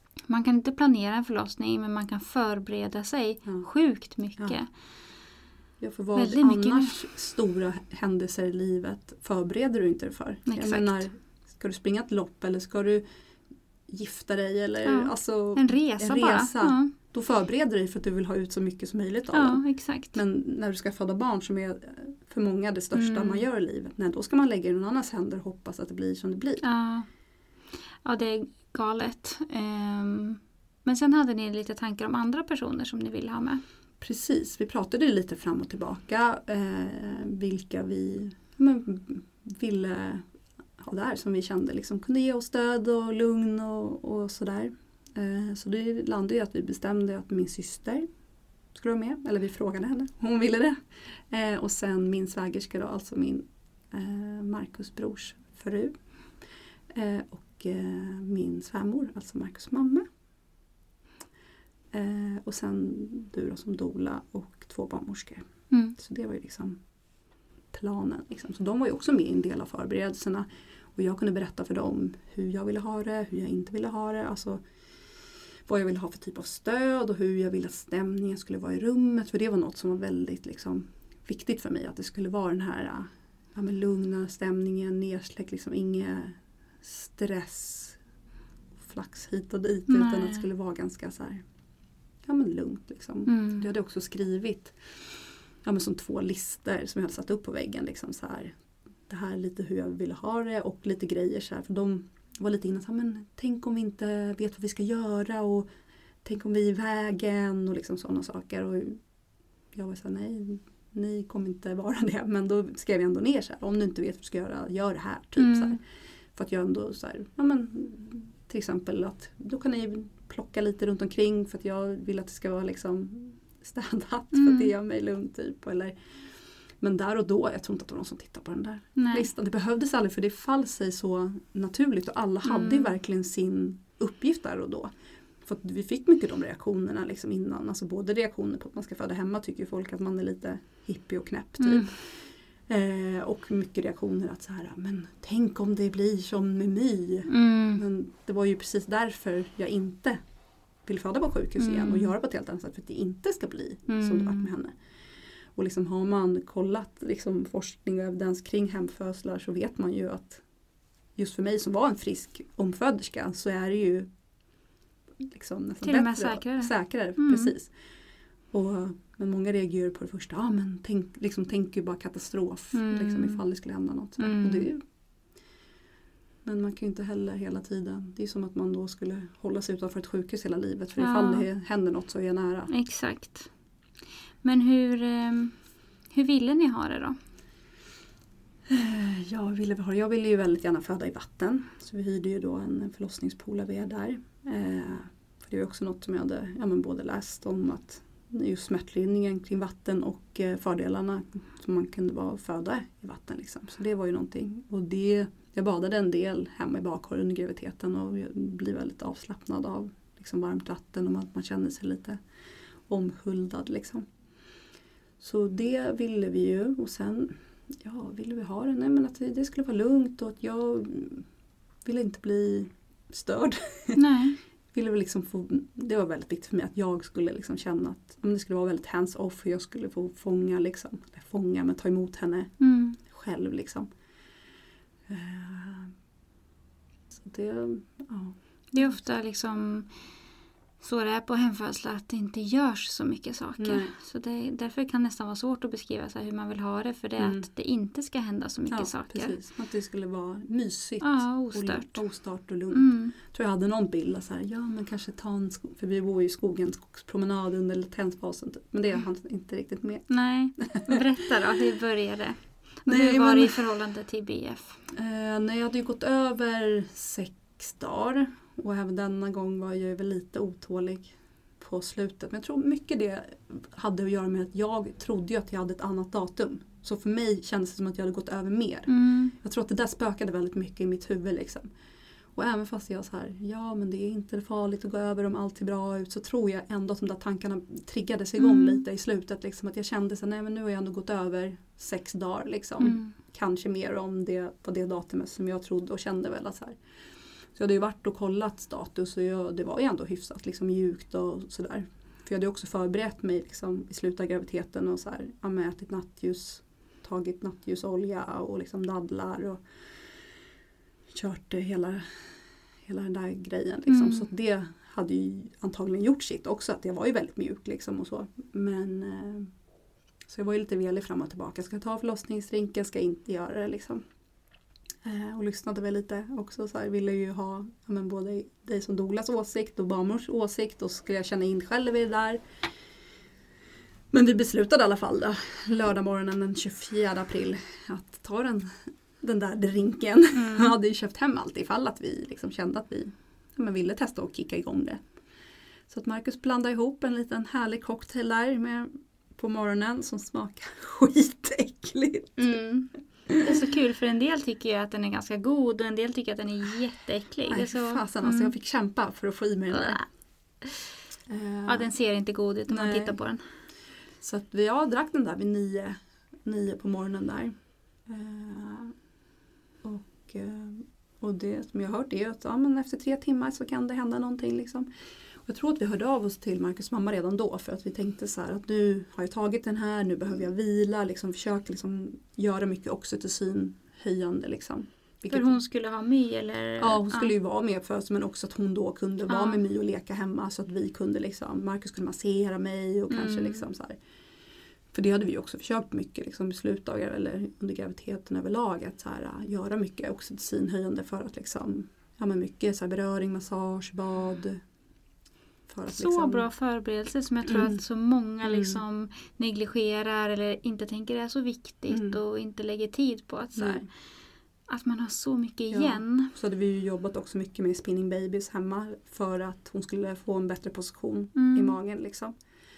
Speaker 1: man kan inte planera en förlossning, men man kan förbereda sig sjukt mycket.
Speaker 2: Ja, för vad annars stora händelser i livet förbereder du inte dig för?
Speaker 1: Exakt.
Speaker 2: Jag menar, ska du springa ett lopp eller ska du gifta dig eller alltså,
Speaker 1: en resa. Bara. Ja.
Speaker 2: Då förbereder du dig för att du vill ha ut så mycket som möjligt av
Speaker 1: ja,
Speaker 2: det.
Speaker 1: Exakt.
Speaker 2: Men när du ska föda barn som är för många det största man gör i livet, då ska man lägga i någon annans händer och hoppas att det blir som det blir.
Speaker 1: Ja, det är galet. Men sen hade ni lite tankar om andra personer som ni ville ha med.
Speaker 2: Precis, vi pratade lite fram och tillbaka vilka vi ville ha där som vi kände liksom kunde ge oss stöd och lugn och sådär. Så det landade ju att vi bestämde att min syster skulle vara med, eller vi frågade henne, hon ville det. Och sen min svägerska då, alltså min Marcus brors fru. Och min svärmor, alltså Marcus mamma. Och sen du då som doula och 2 barnmorskor. Så det var ju liksom planen. Liksom. Så de var ju också med i en del av förberedelserna. Och jag kunde berätta för dem hur jag ville ha det, hur jag inte ville ha det. Alltså vad jag ville ha för typ av stöd och hur jag ville att stämningen skulle vara i rummet. För det var något som var väldigt liksom, viktigt för mig. Att det skulle vara den här lugna stämningen, nersläckt, liksom inget stress, flax hit och dit. Utan att det skulle vara ganska så här, lugnt liksom. Jag hade också skrivit som 2 lister som jag hade satt upp på väggen. Liksom så här, det här är lite hur jag ville ha det och lite grejer så här. För de var lite innan så här, men tänk om vi inte vet vad vi ska göra och tänk om vi är i vägen och liksom sådana saker. Och jag var så här, nej, ni kommer inte vara det. Men då skrev jag ändå ner så här, om du inte vet vad du ska göra, gör det här. Typ så här. För att jag ändå så här, till exempel att då kan ni plocka lite runt omkring för att jag vill att det ska vara liksom städat för att det gör mig lugn typ. Eller, men där och då, jag tror inte att det var någon som tittar på den där listan. Det behövdes aldrig för det fall sig så naturligt och alla hade verkligen sin uppgift där och då. För att vi fick mycket de reaktionerna liksom innan. Alltså både reaktioner på att man ska föda hemma tycker folk att man är lite hippie och knäpp typ. Och mycket reaktioner att så här, men tänk om det blir som med My. Men det var ju precis därför jag inte vill föda på sjukhus igen och göra på ett helt annat sätt för att det inte ska bli som det var med henne. Och liksom har man kollat liksom forskning och evidens kring hemfödslar så vet man ju att just för mig som var en frisk omföderska så är det ju liksom nästan
Speaker 1: till och med
Speaker 2: bättre, säkrare precis. Men många reagerar på det första. Men tänk ju bara katastrof liksom, ifall det skulle hända något. Och det är ju, men man kan ju inte heller hela tiden. Det är som att man då skulle hålla sig utanför ett sjukhus hela livet. För ifall det händer något så är jag nära.
Speaker 1: Exakt. Men hur ville ni ha det då?
Speaker 2: Jag ville ju väldigt gärna föda i vatten. Så vi hyrde ju då en förlossningspool av er där. För det är också något som jag hade både läst om att just smärtlindringen kring vatten och fördelarna som man kunde föda i vatten. Liksom. Så det var ju någonting. Och jag badade en del hemma i bakgården under graviditeten och blev väldigt avslappnad av liksom varmt vatten och att man kände sig lite omhuldad. Liksom. Så det ville vi ju. Och sen ville vi ha det? Nej, men att det skulle vara lugnt och att jag ville inte bli störd.
Speaker 1: Nej.
Speaker 2: Ville liksom det var väldigt viktigt för mig att jag skulle liksom känna att det skulle vara väldigt hands-off för jag skulle få men ta emot henne själv liksom. Så
Speaker 1: det är ofta liksom så det är på hemfödslar att det inte görs så mycket saker. Nej. Så därför kan det nästan vara svårt att beskriva så här hur man vill ha det. För det är att det inte ska hända så mycket saker. Precis.
Speaker 2: Att det skulle vara mysigt. Ostört och lugnt. Jag tror jag hade någon bild så här, men kanske för vi bor ju i skogen, skogspromenad under latensfasen. Typ. Men det hann inte riktigt med.
Speaker 1: Nej, berätta då, hur började det? Hur var det i förhållande till BF?
Speaker 2: Jag hade ju gått över 6 dagar. Och även denna gång var jag väl lite otålig på slutet. Men jag tror mycket det hade att göra med att jag trodde att jag hade ett annat datum. Så för mig kändes det som att jag hade gått över mer. Jag tror att det där spökade väldigt mycket i mitt huvud. Liksom. Och även fast jag så här, men det är inte farligt att gå över om allt ser bra ut. Så tror jag ändå att de där tankarna triggades igång lite i slutet. Liksom, att jag kände så nej men nu har jag ändå gått över 6 dagar. Liksom. Kanske mer om det på det datumet som jag trodde och kände väl att så här. Så jag hade ju varit och kollat status och det var ju ändå hyfsat liksom mjukt och sådär. För jag hade också förberett mig liksom i slutet av graviditeten och så här, ätit nattljus, tagit nattljusolja och liksom dadlar och kört hela den där grejen liksom. Så det hade ju antagligen gjort sitt också, att jag var ju väldigt mjuk liksom och så. Men så jag var ju lite velig fram och tillbaka. Ska jag ta förlossningsdrinken, ska jag inte göra det liksom. Och lyssnade väl lite också så här, ville ju ha både dig som dolas åsikt och barnmors åsikt, och skulle jag känna in själv i det där. Men vi beslutade i alla fall då, lördag morgonen den 24 april att ta den där drinken. Jag hade ju köpt hem allt ifall att vi liksom kände att vi ville testa och kicka igång det. Så att Marcus blandade ihop en liten härlig cocktail där på morgonen som smakar skitäckligt.
Speaker 1: Det är så kul, för en del tycker ju att den är ganska god och en del tycker att den är jätteäcklig.
Speaker 2: Nej, fasen, alltså jag fick kämpa för att få i mig den där.
Speaker 1: Ja, den ser inte god ut om man tittar på den.
Speaker 2: Så att jag drack den där vid 9 på morgonen där. Och det som jag har hört är att efter 3 timmar så kan det hända någonting liksom. Och jag tror att vi hörde av oss till Marcus mamma redan då, för att vi tänkte så här att nu har jag tagit den här, nu behöver jag vila, liksom försöka liksom göra mycket oxytocinhöjande liksom.
Speaker 1: För hon skulle ha My eller?
Speaker 2: Ja, hon skulle ju vara med först, men också att hon då kunde vara med My och leka hemma, så att vi kunde liksom, Marcus kunde massera mig och kanske liksom så här. För det hade vi också försökt mycket liksom, i slutdagar eller under graviditeten överlag, att så här, göra mycket oxytocinhöjande för att liksom, mycket så här, beröring, massage, bad. För att,
Speaker 1: så liksom, bra förberedelse som jag tror att så många liksom negligerar eller inte tänker är så viktigt och inte lägger tid på att så här, att man har så mycket igen.
Speaker 2: Så hade vi ju jobbat också mycket med spinning babies hemma för att hon skulle få en bättre position i magen liksom.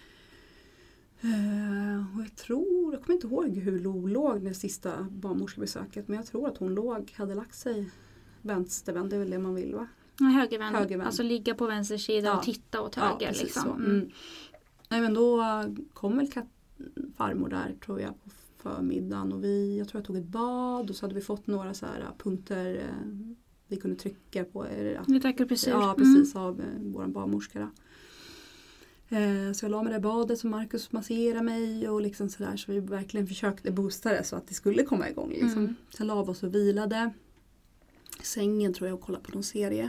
Speaker 2: Och jag kommer inte ihåg hur Lo låg det sista barnmorskebesöket, men jag tror att hon hade lagt sig vänstervänd, det är väl det man vill, va?
Speaker 1: Högervänd. Alltså ligga på vänster sida och titta åt höger liksom.
Speaker 2: Nej, men då kom väl farmor där tror jag på förmiddagen, och jag tror jag tog ett bad, och så hade vi fått några så här punkter vi kunde trycka på.
Speaker 1: Lite akupressur.
Speaker 2: Ja, precis, av vår barnmorska då. Så jag la mig där i badet, så Marcus masserade mig och liksom sådär, så vi verkligen försökte boosta det så att det skulle komma igång liksom. Sen la vi oss och vilade i sängen tror jag och kollade på någon serie.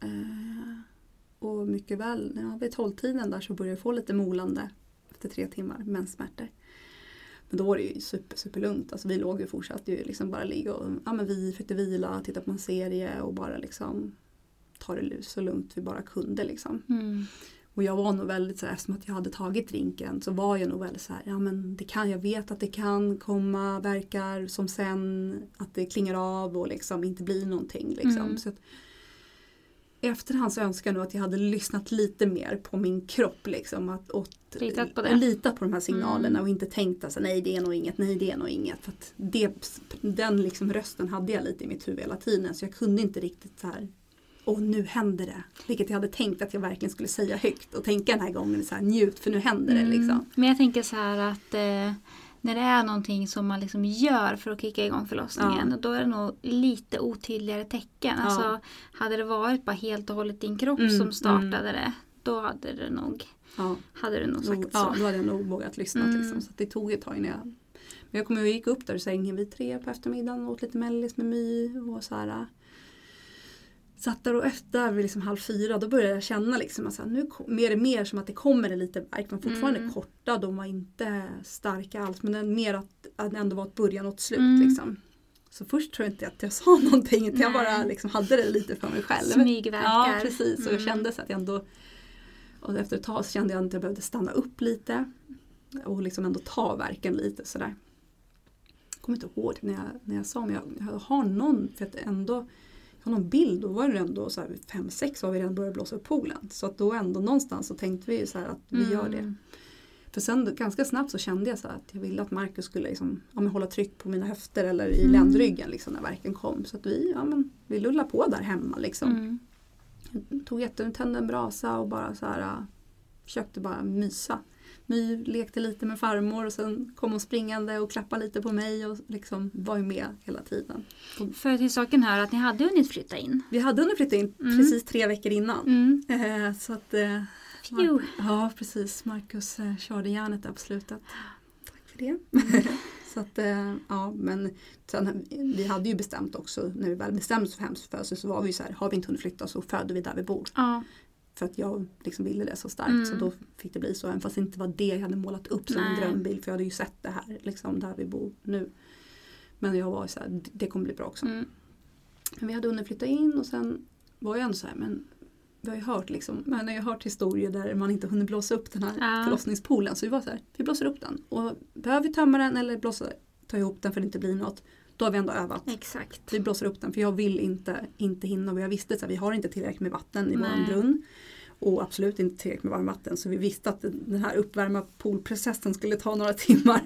Speaker 2: Och mycket väl, vid 12-tiden där så började jag få lite molande efter 3 timmar menssmärtor. Men då var det ju super lugnt. Alltså vi låg ju fortsatte ju liksom bara ligga och vi fick vila, titta på en serie och bara liksom ta det så lugnt vi bara kunde liksom. Och jag var nog väldigt så här, eftersom att jag hade tagit drinken så var jag nog väldigt så här, jag vet att det kan komma verkar som sen att det klingar av och liksom inte blir någonting liksom. Så att, efterhand så önskar jag nog att jag hade lyssnat lite mer på min kropp liksom, litat på de här signalerna och inte tänkt alltså, nej det är nog inget, för att den liksom rösten hade jag lite i mitt huvud hela tiden, så jag kunde inte riktigt så här, nu händer det, vilket jag hade tänkt att jag verkligen skulle säga högt och tänka den här gången så här, njut för nu händer det liksom.
Speaker 1: Men jag tänker så här att när det är någonting som man liksom gör för att kicka igång förlossningen, då är det nog lite otydligare tecken. Alltså, hade det varit bara helt och hållet din kropp som startade det, då hade du nog sagt så.
Speaker 2: Ja, då hade jag nog vågat lyssna. Liksom, så att det tog ett tag innan men jag kommer ihåg, jag gick upp där i sängen vid 3 på eftermiddagen och åt lite mellis med My och så här. Satt där och efter vid liksom 3:30, då började jag känna liksom att nu mer som att det kommer lite verk, men fortfarande korta, de var inte starka alls, men det mer att det ändå var ett början och ett slut liksom. Så först tror jag inte att jag sa någonting, utan jag bara liksom hade det lite för mig själv.
Speaker 1: Smygverkar.
Speaker 2: Ja, precis, och jag kände så att jag ändå, och efter ett tag så kände jag att jag behövde stanna upp lite och liksom ändå ta verken lite sådär. Jag kommer inte ihåg när jag sa, men jag har någon, för att ändå jag har någon bild, då var det ändå så här 5-6 har vi redan börjat blåsa upp poolen. Så att då ändå någonstans så tänkte vi så här att vi gör det. För sen ganska snabbt så kände jag så här att jag ville att Marcus skulle liksom, hålla tryck på mina höfter eller i ländryggen liksom, när verken kom. Så att vi lullade på där hemma liksom. Jag tog tände en brasa och bara så här försökte bara mysa My lekte lite med farmor och sen kom hon springande och klappade lite på mig och liksom var ju med hela tiden.
Speaker 1: För till saken här att ni hade hunnit flytta in.
Speaker 2: Vi hade hunnit flytta in precis 3 veckor innan. Så att... ja, precis. Marcus körde järnet där på slutet. Tack för det. Så att, ja, men sen, vi hade ju bestämt också, när vi väl bestämde oss för hemsfödsel så var vi så här, har vi inte hunnit flytta så föder vi där vi bor.
Speaker 1: Ja.
Speaker 2: För att jag liksom ville det så starkt så då fick det bli så. Även fast det inte var det jag hade målat upp som en drömbild. För jag hade ju sett det här liksom, där vi bor nu. Men jag var så här, det kommer bli bra också. Men vi hade hunnit flytta in och sen var jag ändå så här, men vi har ju hört liksom, men jag har hört historier där man inte hunnit blåsa upp den här förlossningspoolen. Så vi var så här, vi blåser upp den. Och behöver vi tömma den eller ta ihop den för att det inte blir något. Då har vi ändå övat.
Speaker 1: Exakt.
Speaker 2: Vi blåser upp den för jag vill inte hinna. Och jag visste att vi har inte tillräckligt med vatten i vår brunn. Och absolut inte tillräckligt med varmvatten. Så vi visste att den här uppvärma poolprocessen skulle ta några timmar.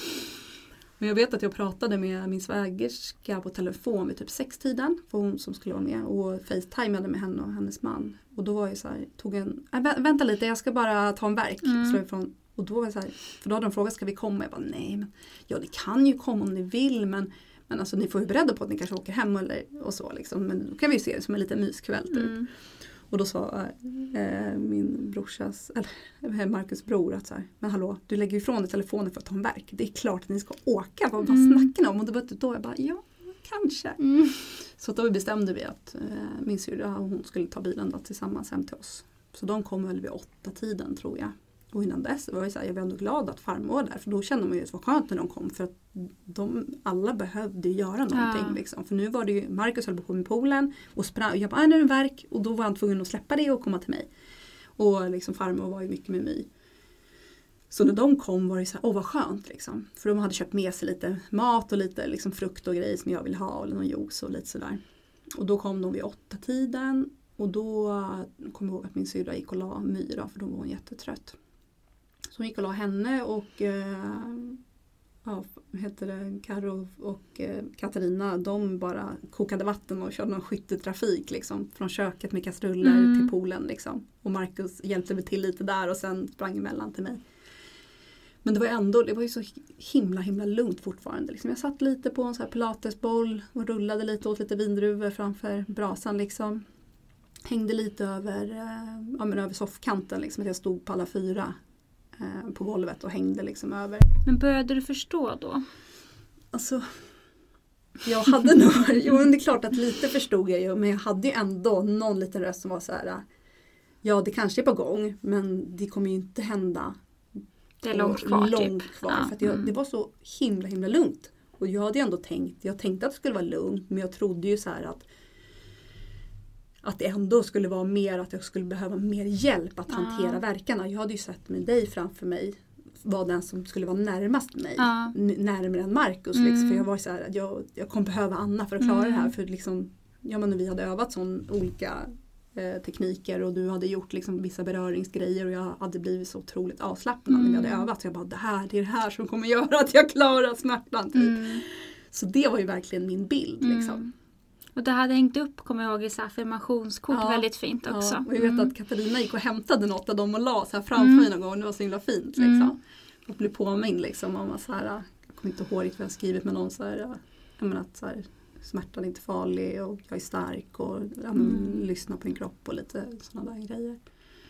Speaker 2: Men jag vet att jag pratade med min svägerska på telefon vid typ 6-tiden. För hon som skulle vara med. Och facetimade med henne och hennes man. Och då var jag så här, vänta lite, jag ska bara ta en verk. Och då var jag så här, för då hade de frågat, ska vi komma? Jag bara, nej, men ja, det kan ju komma om ni vill. Men alltså, ni får ju beredda på att ni kanske åker hem och så liksom. Men då kan vi ju se det som en liten myskväll typ. Och då sa min brorsas, eller Marcus bror att så här, men hallå, du lägger ifrån dig telefonen för att ta en verk. Det är klart att ni ska åka, vad snackar ni om? Och då jag bara, ja, kanske. Så då bestämde vi att min syrra, hon skulle ta bilen då tillsammans hem till oss. Så de kom väl vid 8-tiden tror jag. Och innan dess var jag var ändå glad att farmor var där. För då kände man ju att det var skönt när de kom. För att alla behövde göra någonting. Liksom. För nu var det ju, Marcus höll på med poolen. Och sprang, jag bara, nu är det en verk. Och då var han tvungen att släppa det och komma till mig. Och liksom farmor var ju mycket med mig. Så när de kom var det så här, vad skönt liksom. För de hade köpt med sig lite mat och lite liksom frukt och grejer som jag vill ha. Eller någon juice och lite sådär. Och då kom de vid 8-tiden. Och då kom jag ihåg att min syrra gick och la Myra. För då var hon jättetrött. Så hon gick och la henne och Karo och Katarina, de bara kokade vatten och körde någon skyttetrafik liksom, från köket med kastruller till poolen liksom. Och Marcus hjälpte mig till lite där och sen sprang emellan till mig. Men det var ju så himla lugnt fortfarande. Liksom. Jag satt lite på en så här pilatesboll och rullade lite åt lite vindruvor framför brasan liksom. Hängde lite över soffkanten liksom, att jag stod på alla 4 på golvet och hängde liksom över.
Speaker 1: Men började du förstå då?
Speaker 2: Alltså, jag hade nog, det är klart att lite förstod jag ju, men jag hade ju ändå någon liten röst som var så här, ja det kanske är på gång, men det kommer ju inte hända.
Speaker 1: Det är långt kvar
Speaker 2: för att det var så himla lugnt. Och jag hade ju ändå jag tänkte att det skulle vara lugnt, men jag trodde ju så här att det ändå skulle vara mer, att jag skulle behöva mer hjälp att hantera verkarna. Jag hade ju sett med dig framför mig, var den som skulle vara närmast mig. Närmare än Marcus. Liksom, för jag var så här, att jag kommer behöva Anna för att klara det här. För liksom, men vi hade övat sån olika tekniker och du hade gjort liksom vissa beröringsgrejer och jag hade blivit så otroligt avslappnad när vi hade övat. Så jag bara, det är det här som kommer göra att jag klarar smärtan. Typ. Så det var ju verkligen min bild liksom.
Speaker 1: Och det hade hängt upp, kommer jag ihåg, i affirmationskort väldigt fint också.
Speaker 2: Ja, och jag vet att Katarina gick och hämtade något av dem och la så här framför mig någon gång. Det var så himla fint liksom. Och blev påmind liksom om att så här, jag kommer inte ihåg vad jag skrivit med någon så här, att så här, smärtan är inte farlig och jag är stark och lyssna på din kropp och lite sådana där grejer.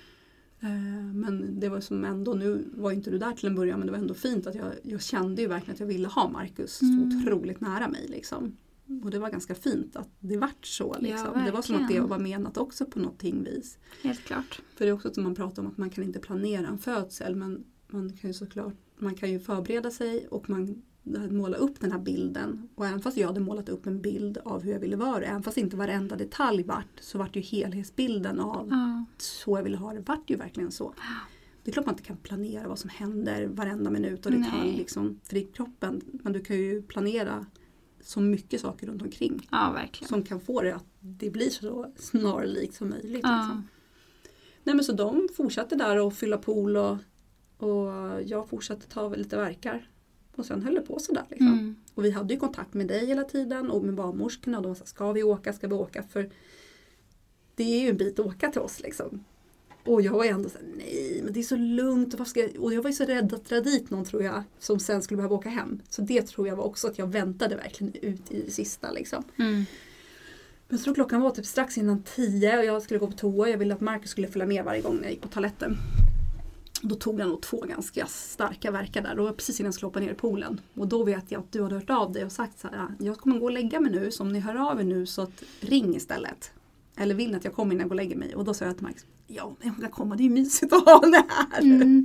Speaker 2: Men det var som ändå, nu var inte du där till en början, men det var ändå fint att jag kände ju verkligen att jag ville ha Marcus så otroligt nära mig liksom. Och det var ganska fint att det vart så. Liksom.
Speaker 1: Ja,
Speaker 2: det var som att det var menat också på någonting vis.
Speaker 1: Helt klart.
Speaker 2: För det är också som man pratar om att man kan inte planera en födsel. Men man kan ju förbereda sig och man måla upp den här bilden. Och även fast jag hade målat upp en bild av hur jag ville vara, även fast inte varenda detalj så vart ju helhetsbilden av så jag ville ha det, vart ju verkligen så. Det är klart man inte kan planera vad som händer varenda minut och detalj liksom, för i kroppen. Men du kan ju planera så mycket saker runt omkring.
Speaker 1: Ja, verkligen.
Speaker 2: Som kan få det att det blir så snarlikt som möjligt. Liksom. Nej, men så de fortsatte där och fylla pool och jag fortsatte ta lite verkar. Och sen höll det på sådär liksom. Och vi hade ju kontakt med dig hela tiden och med barnmorskorna. Och de sa, ska vi åka? För det är ju en bit att åka till oss liksom. Och jag var ändå såhär, nej men det är så lugnt. Och jag var ju så rädd att dra dit någon tror jag. Som sen skulle behöva åka hem. Så det tror jag var också att jag väntade verkligen ut i det sista liksom. Men jag tror klockan var typ strax innan 10 och jag skulle gå på toa. Jag ville att Marcus skulle följa med varje gång när jag gick på toaletten. Då tog jag nog 2 ganska starka verkar där. Då var precis innan jag skulle hoppa ner i poolen. Och då vet jag att du hade hört av dig och sagt så här. Jag kommer gå och lägga mig nu. Så om ni hör av er nu så att ring istället. Eller vill ni att jag kommer innan jag går och lägger mig. Och då sa jag till Max. Ja, jag kan komma. Det är ju mysigt att ha det här.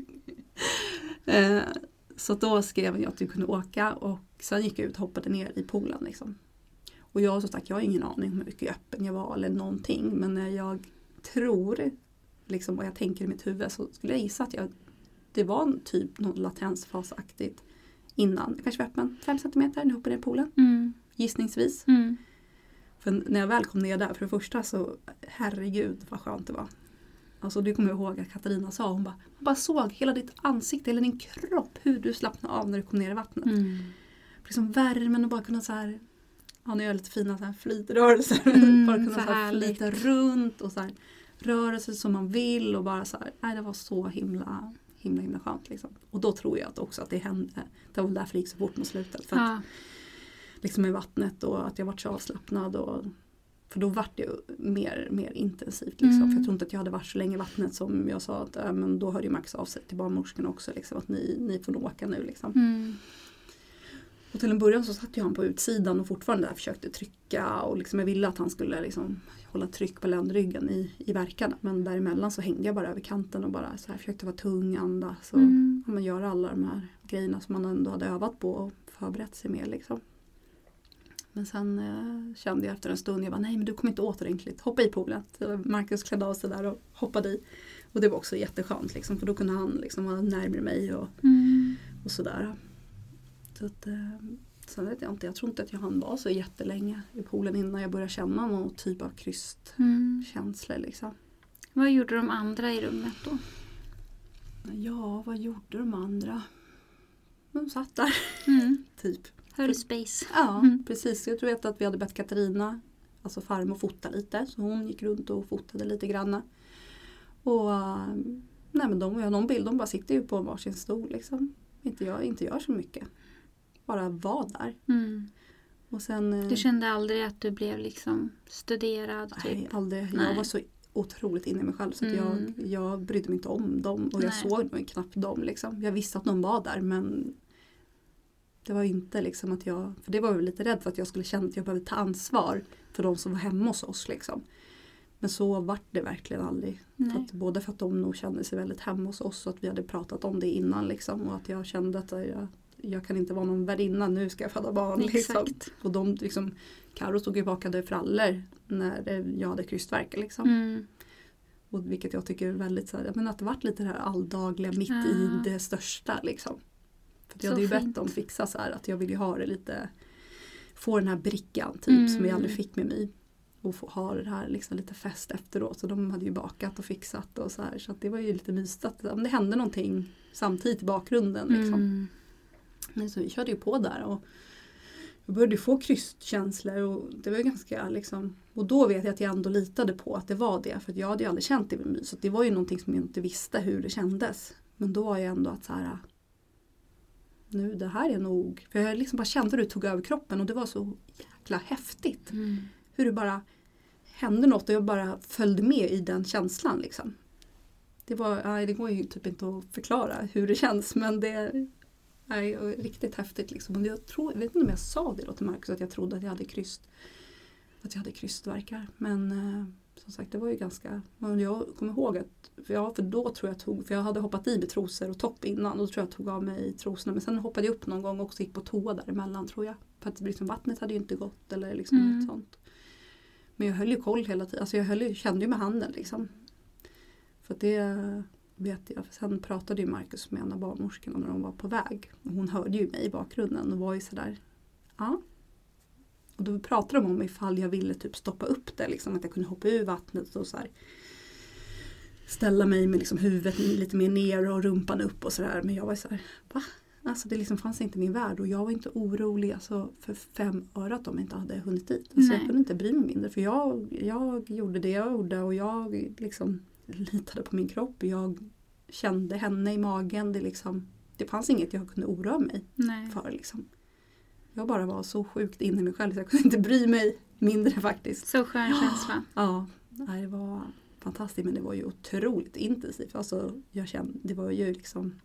Speaker 2: Så då skrev jag att du kunde åka. Och sen gick jag ut och hoppade ner i poolen liksom. Och jag så sagt, jag har ingen aning om hur mycket öppen jag var eller någonting. Men när jag tror, liksom vad jag tänker i mitt huvud, så skulle jag gissa att det var typ något latensfasaktigt innan. Jag kanske var öppen 5 centimeter när jag hoppade ner i poolen. Gissningsvis. För när jag väl kom ner där, för det första så, herregud vad skönt det var. Alltså du kommer ihåg att Katarina sa, hon bara såg hela ditt ansikte, hela din kropp, hur du slappnade av när du kom ner i vattnet. Liksom värmen och bara kunna så här, ja, nu gör jag lite fina så här flytrörelser. Bara kunna så här flyta runt och så här rörelser som man vill och bara så här, nej det var så himla skönt liksom. Och då tror jag att också att det hände, det var därför det gick så fort mot slutet. För att, liksom i vattnet och att jag var så avslappnad och för då var det mer intensivt liksom. För jag tror inte att jag hade varit så länge i vattnet som jag sa att men då hörde ju Max av sig till barnmorskan också liksom, att ni får nog åka nu liksom. Och till en början så satt ju han på utsidan och fortfarande där försökte trycka och liksom jag ville att han skulle liksom hålla tryck på ländryggen i verkarna. Men däremellan så hängde jag bara över kanten och bara så här försökte vara tung, andas och man gör alla de här grejerna som man ändå hade övat på och förberett sig med liksom. Men sen kände jag efter en stund, jag bara nej men du kommer inte åt ordentligt. Hoppa i poolen. Marcus klädde av sig där och hoppade i. Och det var också jätteskönt liksom, för då kunde han liksom vara närmare mig och sådär. Så att, sen vet jag inte, jag tror inte att jag hann vara så jättelänge i poolen innan jag började känna någon typ av krystkänslor liksom.
Speaker 1: Vad gjorde de andra i rummet då?
Speaker 2: Ja, vad gjorde de andra? De satt där, typ.
Speaker 1: Höll space.
Speaker 2: Ja, precis. Jag tror att vi hade bett Katarina, alltså farmor, fota lite. Så hon gick runt och fotade lite granna. Och nej men de och jag, någon bild, de bara sitter ju på varsin stol liksom. Inte gör så mycket. Bara var där. Och sen,
Speaker 1: du kände aldrig att du blev liksom studerad?
Speaker 2: Nej,
Speaker 1: typ?
Speaker 2: aldrig. Jag var så otroligt inne i mig själv så att jag brydde mig inte om dem. Och jag såg nog knappt dem liksom. Jag visste att de var där men det var inte liksom att för det var jag lite rädd för att jag skulle känna att jag behövde ta ansvar för de som var hemma hos oss liksom. Men så var det verkligen aldrig. För att, både för att de nog kände sig väldigt hemma hos oss och att vi hade pratat om det innan liksom. Och att jag kände att jag kan inte vara någon värdinna, nu ska jag föda barn. Liksom. Och de liksom, Karo stod ju bakade frallor när jag hade krystvärk liksom. Och vilket jag tycker är väldigt så här, men att det varit lite det här alldagliga mitt i det största liksom. För jag hade ju bett dem fixa så här att jag ville ha det lite, få den här brickan typ som jag aldrig fick med mig. Och få ha det här liksom lite fest efteråt. Så de hade ju bakat och fixat och så här. Så att det var ju lite mysigt att det hände någonting samtidigt i bakgrunden liksom. Men så vi körde ju på där och jag började få krystkänslor och det var ju ganska liksom, och då vet jag att jag ändå litade på att det var det. För att jag hade ju aldrig känt det med mig. Så det var ju någonting som jag inte visste hur det kändes. Men då var jag ändå att så här, nu det här är nog, för jag liksom bara kände hur det tog över kroppen och det var så jäkla häftigt. Hur det bara hände något och jag bara följde med i den känslan liksom. Det går ju typ inte att förklara hur det känns men det är riktigt häftigt liksom. Och jag vet inte om jag sa det då till Marcus att jag trodde att jag hade krystverkar. Men som sagt det var ju ganska, jag kommer ihåg att för då tror jag för jag hade hoppat i med trosor och topp innan och då tror jag tog av mig trosorna. Men sen hoppade jag upp någon gång och också gick på toa däremellan tror jag. För att liksom, vattnet hade ju inte gått eller liksom något sånt. Men jag höll ju koll hela tiden. Alltså jag kände ju med handen liksom. För det vet jag. För sen pratade ju Marcus med en av barnmorskorna när de var på väg. Och hon hörde ju mig i bakgrunden och var ju sådär. Ja. Och då pratade de om ifall jag ville typ stoppa upp det. Liksom, att jag kunde hoppa ur vattnet och så här. Ställa mig med liksom huvudet lite mer ner och rumpan upp och sådär. Men jag var så här, va? Alltså det liksom fanns inte i min värld och jag var inte orolig alltså, för 5 öre att de inte hade hunnit dit. Alltså jag kunde inte bry mig mindre för jag gjorde det jag gjorde och jag litade på min kropp. Jag kände henne i magen. Det fanns inget jag kunde oroa mig för. Liksom. Jag bara var så sjukt inne i mig själv så jag kunde inte bry mig mindre faktiskt. Så
Speaker 1: skön känsla.
Speaker 2: Ja, det var fantastiskt men det var ju otroligt intensivt. Alltså, det var ju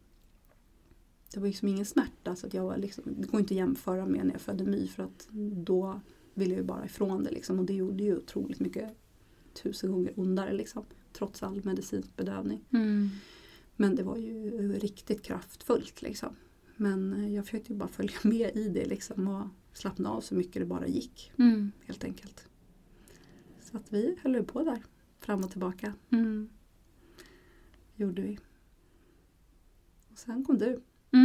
Speaker 2: ingen smärta så att jag var det går inte att jämföra med när jag födde My för att då ville jag ju bara ifrån det liksom, och det gjorde ju otroligt mycket 1000 gånger ondare liksom, trots all medicinsk bedövning. Men det var ju riktigt kraftfullt liksom. Men jag försökte ju bara följa med i det liksom och slappna av så mycket det bara gick helt enkelt. Så att vi höll på där fram och tillbaka. Gjorde vi. Och sen kom du.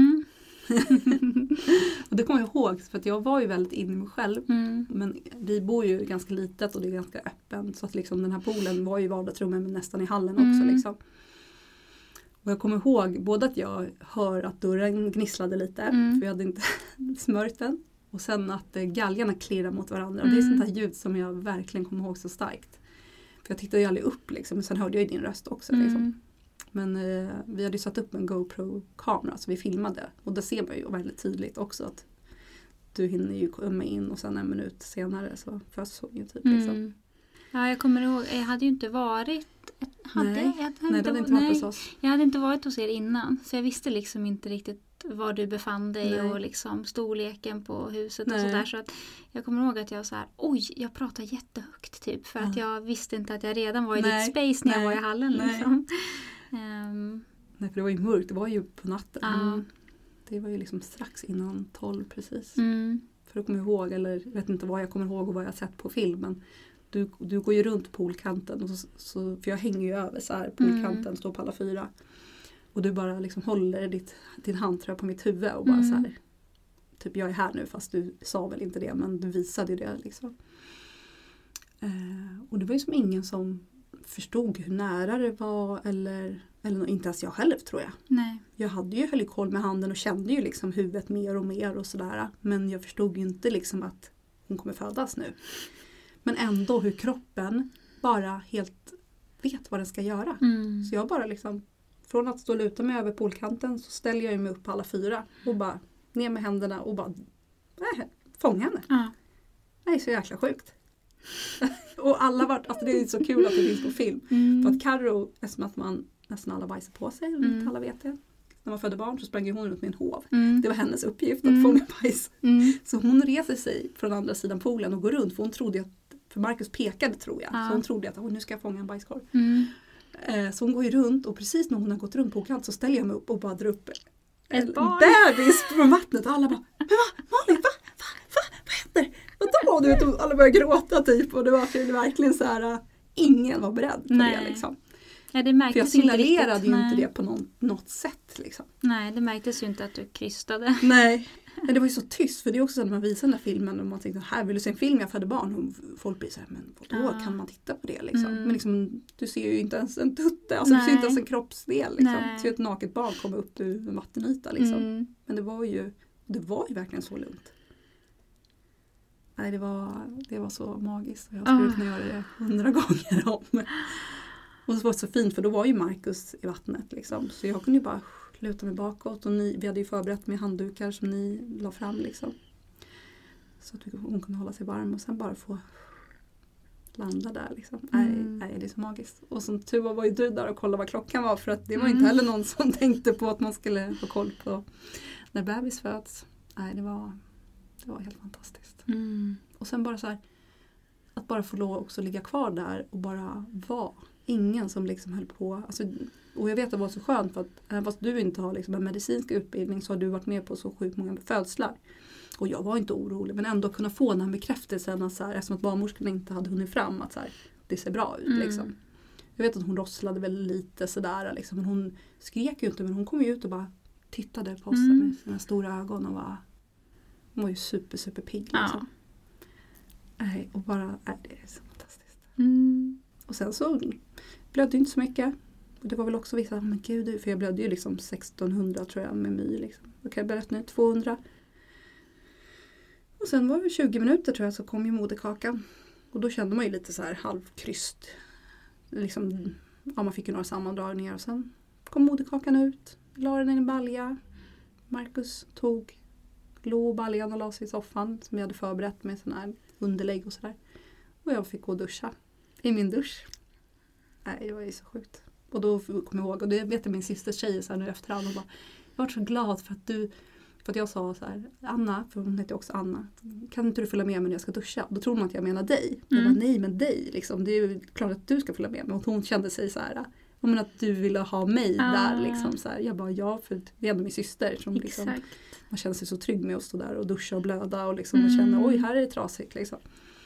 Speaker 2: Och det kommer jag ihåg för att jag var ju väldigt inne i mig själv. Men vi bor ju ganska litet och det är ganska öppet så att liksom den här poolen var ju i vardagsrummet men nästan i hallen också liksom. Och jag kommer ihåg både att jag hör att dörren gnisslade lite för jag hade inte smörjt den. Och sen att galgarna klirrar mot varandra. Och det är sånt här ljud som jag verkligen kommer ihåg så starkt. För jag tittade ju aldrig upp liksom. Men sen hörde jag ju din röst också liksom. Men vi hade ju satt upp en GoPro-kamera så vi filmade. Och där ser man ju väldigt tydligt också att du hinner ju komma in och sen 1 minut senare så föds hon ju typ liksom.
Speaker 1: Ja, jag kommer ihåg, jag hade ju inte varit... Jag hade inte varit hos er innan. Så jag visste liksom inte riktigt var du befann dig och liksom storleken på huset och sådär. Så att jag kommer ihåg att jag så här, jag pratar jättehögt typ. För att jag visste inte att jag redan var i ditt space när jag var i hallen liksom.
Speaker 2: Nej, för det var ju mörkt. Det var ju på natten. Det var ju liksom strax innan 12 precis. För att komma ihåg, eller jag vet inte vad jag kommer ihåg och vad jag sett på filmen. Du går ju runt poolkanten. Och så, för jag hänger ju över så här poolkanten, står på alla 4. Och du bara liksom håller din handtröja på mitt huvud och bara så här. Typ jag är här nu fast du sa väl inte det. Men du visade ju det liksom. Och det var ju som ingen som förstod hur nära det var. Eller inte ens jag själv tror jag.
Speaker 1: Nej.
Speaker 2: Jag hade ju höll koll med handen och kände ju liksom huvudet mer och mer och sådär. Men jag förstod ju inte liksom att hon kommer födas nu. Men ändå hur kroppen bara helt vet vad den ska göra. Så jag bara liksom, från att stå och luta mig över poolkanten så ställer jag mig upp på alla 4. Och bara ner med händerna och bara fånga henne. Det är så jäkla sjukt. Och alla alltså det är så kul att det finns på film. För att Karo, eftersom att man nästan alla bajsar på sig, inte alla vet det. När man födde barn så sprang hon runt med en hov. Det var hennes uppgift att fånga bajs. Så hon reser sig från andra sidan poolen och går runt. För hon trodde för Marcus pekade tror jag. Så hon trodde att nu ska jag fånga en bajskorv. Så hon går ju runt och precis när hon har gått runt på kant så ställer jag mig upp och bara drar upp en bebis från vattnet. Och alla bara, men Malin, vad händer? Och då och alla började gråta typ. Och det var verkligen så här, ingen var beredd på det liksom.
Speaker 1: Ja, det märktes.
Speaker 2: För jag signalerade ju inte det på något sätt liksom.
Speaker 1: Nej, det märktes ju inte att du krystade.
Speaker 2: Nej, men det var ju så tyst. För det är också så när man visar den här filmen och man tänkte, här vill du se en film jag födde barn? Och folk blir så här, men då kan man titta på det liksom. Men liksom, du ser ju inte ens en tutte. Alltså, du ser inte ens en kroppsdel liksom. Du ser ett naket barn komma upp ur en vattenyta liksom. Men det var ju verkligen så lugnt. Nej, det var så magiskt. Jag skulle kunna göra det 100 gånger om. Och så var det så fint för då var ju Marcus i vattnet liksom. Så jag kunde ju bara luta mig bakåt. Och vi hade ju förberett med handdukar som ni la fram liksom. Så att hon kunde hålla sig varm och sen bara få landa där liksom. Nej, det är så magiskt. Och som tur var ju du där och kollade vad klockan var. För att det var inte heller någon som tänkte på att man skulle få koll på när bebis föds. Nej, det var helt fantastiskt. Och sen bara så här, att bara få lov också ligga kvar där och bara vara. Ingen som liksom höll på. Alltså, och jag vet att det var så skönt för att även fast du inte har liksom en medicinsk utbildning så har du varit med på så sjukt många födslar. Och jag var inte orolig men ändå kunna få den här bekräftelsen att så här, eftersom att barnmorskorna inte hade hunnit fram att så här, det ser bra ut liksom. Jag vet att hon rosslade väl lite sådär liksom, men hon skrek ju inte men hon kom ju ut och bara tittade på oss med sina stora ögon och hon var ju super pigg liksom. Och bara, det är så fantastiskt. Och sen så blödde det inte så mycket. Och det var väl också vissa, men gud, för jag blödde ju liksom 1600 tror jag med My liksom. Okej, jag berättade nu 200. Och sen var det 20 minuter tror jag så kom ju moderkakan. Och då kände man ju lite så här halvkryst. Liksom man fick ju några sammandragningar och sen kom moderkakan ut. La den i en balja. Marcus låg baljan och la sig i soffan som jag hade förberett med sån här underlägg och sådär. Och jag fick gå och duscha i min dusch. Nej, det var ju så sjukt. Och då kom jag ihåg, och det vet jag min systers tjej så här nu efterhand, och bara, jag var så glad för att jag sa så här, Anna, för hon heter också Anna, kan inte du följa med mig när jag ska duscha? Då tror man att jag menar dig. Jag bara, nej men dig liksom, det är ju klart att du ska följa med mig. Och hon kände sig så här, men att du ville ha mig där liksom så här. Jag bara, ja, för det är ändå min syster som liksom, man känner sig så trygg med att stå där och duscha och blöda och liksom och känna, oj, här är det trasigt liksom.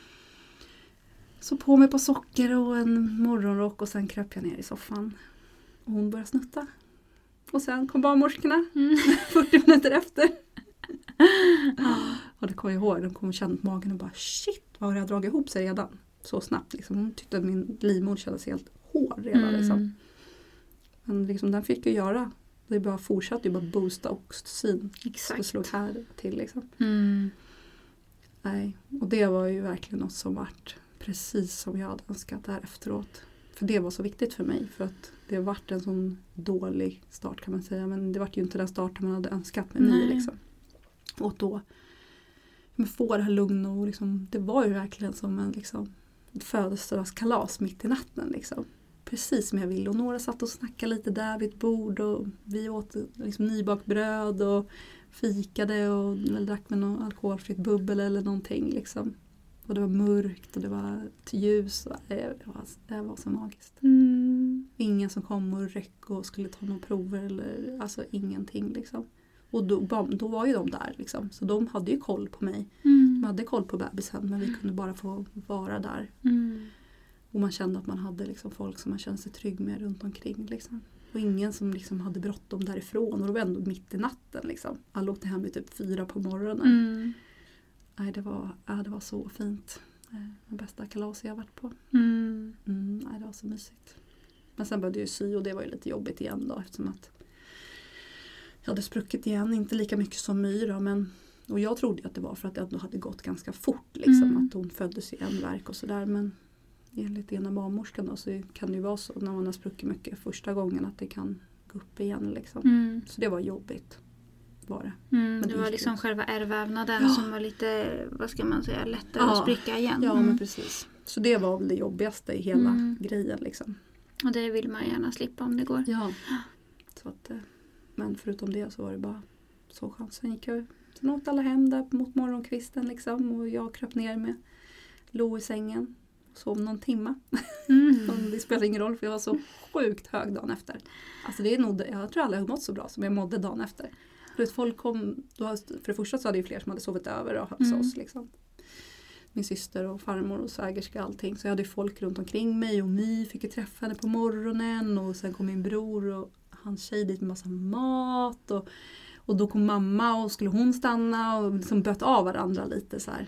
Speaker 2: Så på mig på socker och en morgonrock och sen kröp jag ner i soffan. Och hon började snutta. Och sen kom barnmorskorna 40 minuter efter. Och det kom jag ihåg, de kom och kände på magen och bara, shit, vad har jag dragit ihop sig redan? Så snabbt liksom. Hon tyckte att min livmoder kändes helt hård redan liksom. Men liksom, den fick ju göra. Det bara fortsatte ju bara boosta oxytocin.
Speaker 1: Exakt.
Speaker 2: Så slog här till liksom. Nej, och det var ju verkligen något som vart precis som jag hade önskat där efteråt. För det var så viktigt för mig. För att det vart en sån dålig start kan man säga. Men det vart ju inte den starten man hade önskat med mig liksom. Och då få det här lugn och liksom, det var ju verkligen som en liksom, födelsedagskalas mitt i natten liksom. Precis som jag ville. Och några satt och snackade lite där vid ett bord och vi åt liksom nybakt bröd och fikade och drack med någon alkoholfritt bubbel eller någonting liksom. Och det var mörkt och det var ljus. Och det var så magiskt. Ingen som kom och räck och skulle ta några prover eller alltså ingenting liksom. Och då var ju de där liksom. Så de hade ju koll på mig. De hade koll på bebisen men vi kunde bara få vara där. Och man kände att man hade liksom folk som man kände sig trygg med runt omkring liksom. Och ingen som liksom hade bråttom därifrån. Och det var ändå mitt i natten liksom. Alla åkte hem vid typ 4 på morgonen. Nej, det var så fint. Den bästa kalas jag har varit på. Nej, det var så mysigt. Men sen började jag sy och det var ju lite jobbigt igen då. Eftersom att jag hade spruckit igen. Inte lika mycket som My då, men... Och jag trodde att det var för att det ändå hade gått ganska fort. Liksom, att hon föddes i en verk och sådär. Men enligt ena barnmorskan då, så kan det ju vara så när man har spruckit mycket första gången att det kan gå upp igen. Liksom. Så det var jobbigt. Var det.
Speaker 1: Men det var liksom själva ärrvävnaden som var lite, vad ska man säga, lättare att spricka igen.
Speaker 2: Ja, men precis. Så det var väl det jobbigaste i hela grejen liksom.
Speaker 1: Och det vill man gärna slippa om det går.
Speaker 2: Ja. Så att, men förutom det så var det bara så skönt. Sen åt alla hem där mot morgonkvisten liksom. Och jag kröp ner med Lo i sängen. Och sov någon timma. Det spelar ingen roll för jag var så sjukt hög dagen efter. Alltså det är nog, jag tror alla har mått så bra som jag mådde dagen efter. Folk kom, för det första så hade ju fler som hade sovit över och hos oss liksom. Min syster och farmor och svägerska och allting. Så jag hade folk runt omkring mig och My fick ju träffa henne på morgonen. Och sen kom min bror och hans tjej dit med massa mat. Och då kom mamma och skulle hon stanna och liksom böt av varandra lite så här.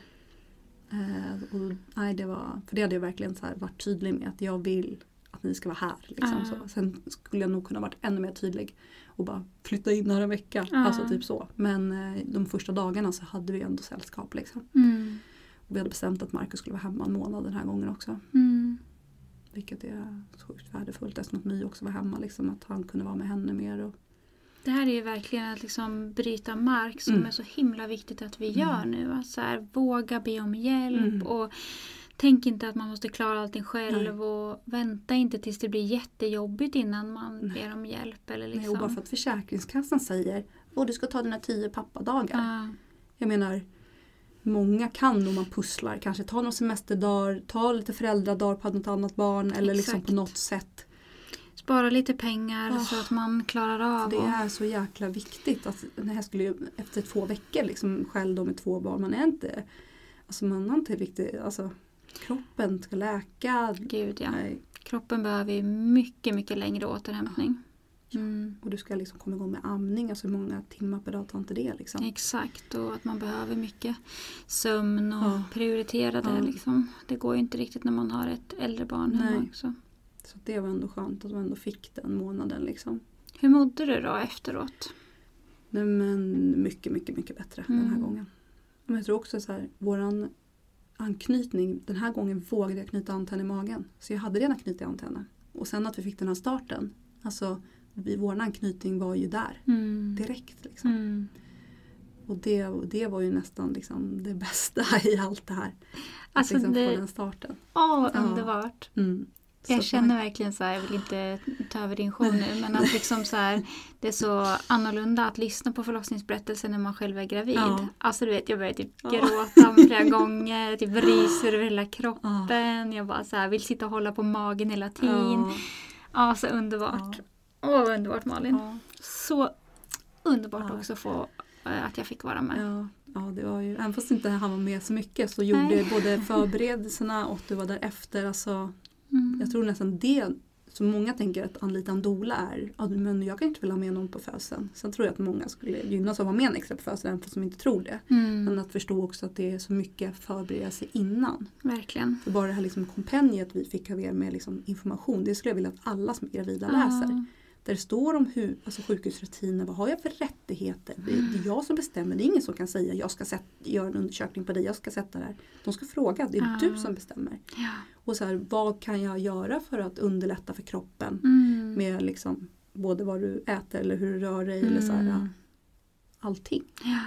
Speaker 2: Nej, för det hade jag verkligen så här varit tydlig med att jag vill att ni ska vara här. Liksom, så. Sen skulle jag nog kunna varit ännu mer tydlig och bara flytta in här en vecka. Alltså typ så. Men de första dagarna så hade vi ändå sällskap. Liksom. Och vi hade bestämt att Marcus skulle vara hemma en månad den här gången också. Vilket är sjukt värdefullt eftersom att My också var hemma. Liksom, att han kunde vara med henne mer. Och...
Speaker 1: Det här är ju verkligen att liksom bryta mark som är så himla viktigt att vi gör nu. Att så här, våga be om hjälp och tänk inte att man måste klara allting själv och vänta inte tills det blir jättejobbigt innan man ber om hjälp. Eller liksom.
Speaker 2: Nej, och bara för att Försäkringskassan säger att du ska ta dina 10 pappadagar. Jag menar, många kan om man pusslar. Kanske ta några semesterdagar, ta lite föräldradagar på något annat barn eller liksom på något sätt.
Speaker 1: Spara lite pengar så att man klarar av.
Speaker 2: Det är så jäkla viktigt. Att det här skulle ju efter 2 veckor liksom själv då med 2 barn. Man har inte riktigt, alltså kroppen ska läka.
Speaker 1: Gud ja. Nej. Kroppen behöver ju mycket, mycket längre återhämtning.
Speaker 2: Och du ska liksom komma igång med amning. Alltså hur många timmar per dag tar inte det liksom.
Speaker 1: Exakt, och att man behöver mycket sömn och prioritera det liksom. Det går ju inte riktigt när man har ett äldre barn hemma också.
Speaker 2: Så det var ändå skönt att man ändå fick den månaden liksom.
Speaker 1: Hur mådde du då efteråt?
Speaker 2: Nej, men mycket, mycket, mycket bättre den här gången. Men jag tror också så här, våran anknytning, den här gången vågade jag knyta an till henne i magen. Så jag hade redan knutit an till henne. Och sen att vi fick den här starten. Alltså vår anknytning var ju där. Direkt liksom. Och det var ju nästan liksom det bästa i allt det här.
Speaker 1: Alltså
Speaker 2: att liksom få den starten.
Speaker 1: Underbart. Jag känner verkligen så här, jag vill inte ta över din show nu, men att liksom så här, det är så annorlunda att lyssna på förlossningsberättelsen när man själv är gravid.
Speaker 2: Ja.
Speaker 1: Alltså du vet, jag börjar typ gråta flera gånger, typ ryser över hela kroppen. Jag bara så här, vill sitta och hålla på magen hela tiden. Ja, så underbart. Underbart Malin. Så underbart också få att jag fick vara med.
Speaker 2: Ja, det var ju, även fast inte han var med så mycket så gjorde både förberedelserna och du var där efter. Alltså, jag tror nästan det, så många tänker att anlita en doula är, men jag kan inte vilja ha med någon på födseln. Sen tror jag att många skulle gynnas av att ha med en extra på födseln, även fast de inte tror det. Men att förstå också att det är så mycket förberedelse innan.
Speaker 1: Verkligen.
Speaker 2: För bara det här liksom kompendiet vi fick av er med liksom information, det skulle jag vilja att alla som är gravida läser. Där det står om alltså sjukhusrutiner, vad har jag för rättigheter? Det är jag som bestämmer, det är ingen som kan säga jag ska göra en undersökning på dig, jag ska sätta där. De ska fråga, det är du som bestämmer. Och så här, vad kan jag göra för att underlätta för kroppen med liksom, både vad du äter eller hur du rör dig eller så här, allting.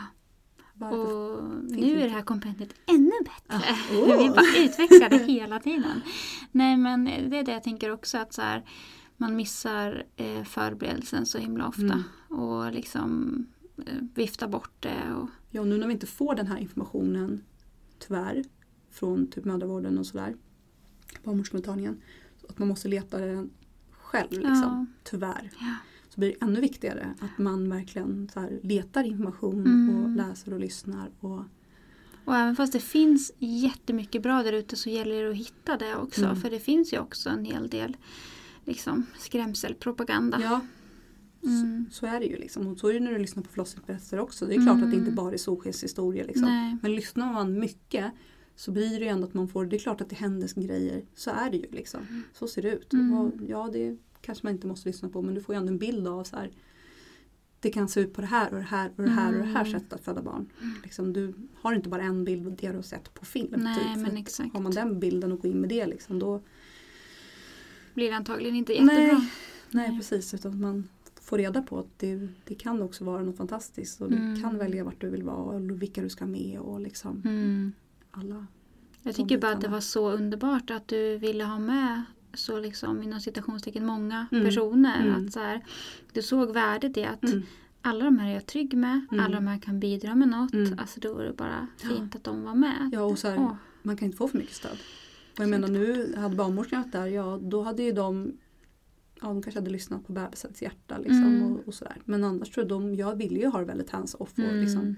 Speaker 1: Och nu är det här kompendiet ännu bättre. Vi bara utvecklar det hela tiden. Nej, men det är det jag tänker också, att så här, man missar förberedelsen så himla ofta. Och liksom viftar bort det. Och...
Speaker 2: Ja, nu när vi inte får den här informationen tyvärr från typ mödravården och sådär, barnmorskemottagningen, att man måste leta den själv liksom, tyvärr. Så blir det ännu viktigare att man verkligen så här, letar information och läser och lyssnar.
Speaker 1: Och även fast det finns jättemycket bra där ute så gäller det att hitta det också. För det finns ju också en hel del liksom, skrämselpropaganda.
Speaker 2: Ja, så är det ju liksom. Och så är det när du lyssnar på förlossningsberättelser också. Det är klart att det inte bara är solskenshistorier liksom. Men lyssnar man mycket så blir det ju ändå att man får, det är klart att det händer grejer. Så är det ju liksom. Så ser det ut. Och, ja, det kanske man inte måste lyssna på, men du får ju ändå en bild av så här. Det kan se ut på det här och det här och det här och det här sättet att föda barn. Liksom, du har inte bara en bild och det du har sett på film.
Speaker 1: Nej,
Speaker 2: typ.
Speaker 1: men exakt.
Speaker 2: Har man den bilden och går in med det liksom, då
Speaker 1: blir det antagligen inte jättebra.
Speaker 2: Nej, precis. Utan man får reda på att det kan också vara något fantastiskt. Och du kan välja vart du vill vara och vilka du ska med och liksom alla.
Speaker 1: Jag tycker bara att det var så underbart att du ville ha med så liksom inom citationstecken många personer. Att så här, du såg värdet i att alla de här är jag trygg med. Alla de här kan bidra med något. Alltså då var det bara fint att de var med.
Speaker 2: Ja, och så här, man kan inte få för mycket stöd. Och jag menar, nu hade barnmorskan varit där, då hade ju de kanske hade lyssnat på bebisens hjärta liksom, och sådär. Men annars tror jag ville ju ha det väldigt hands-off och liksom.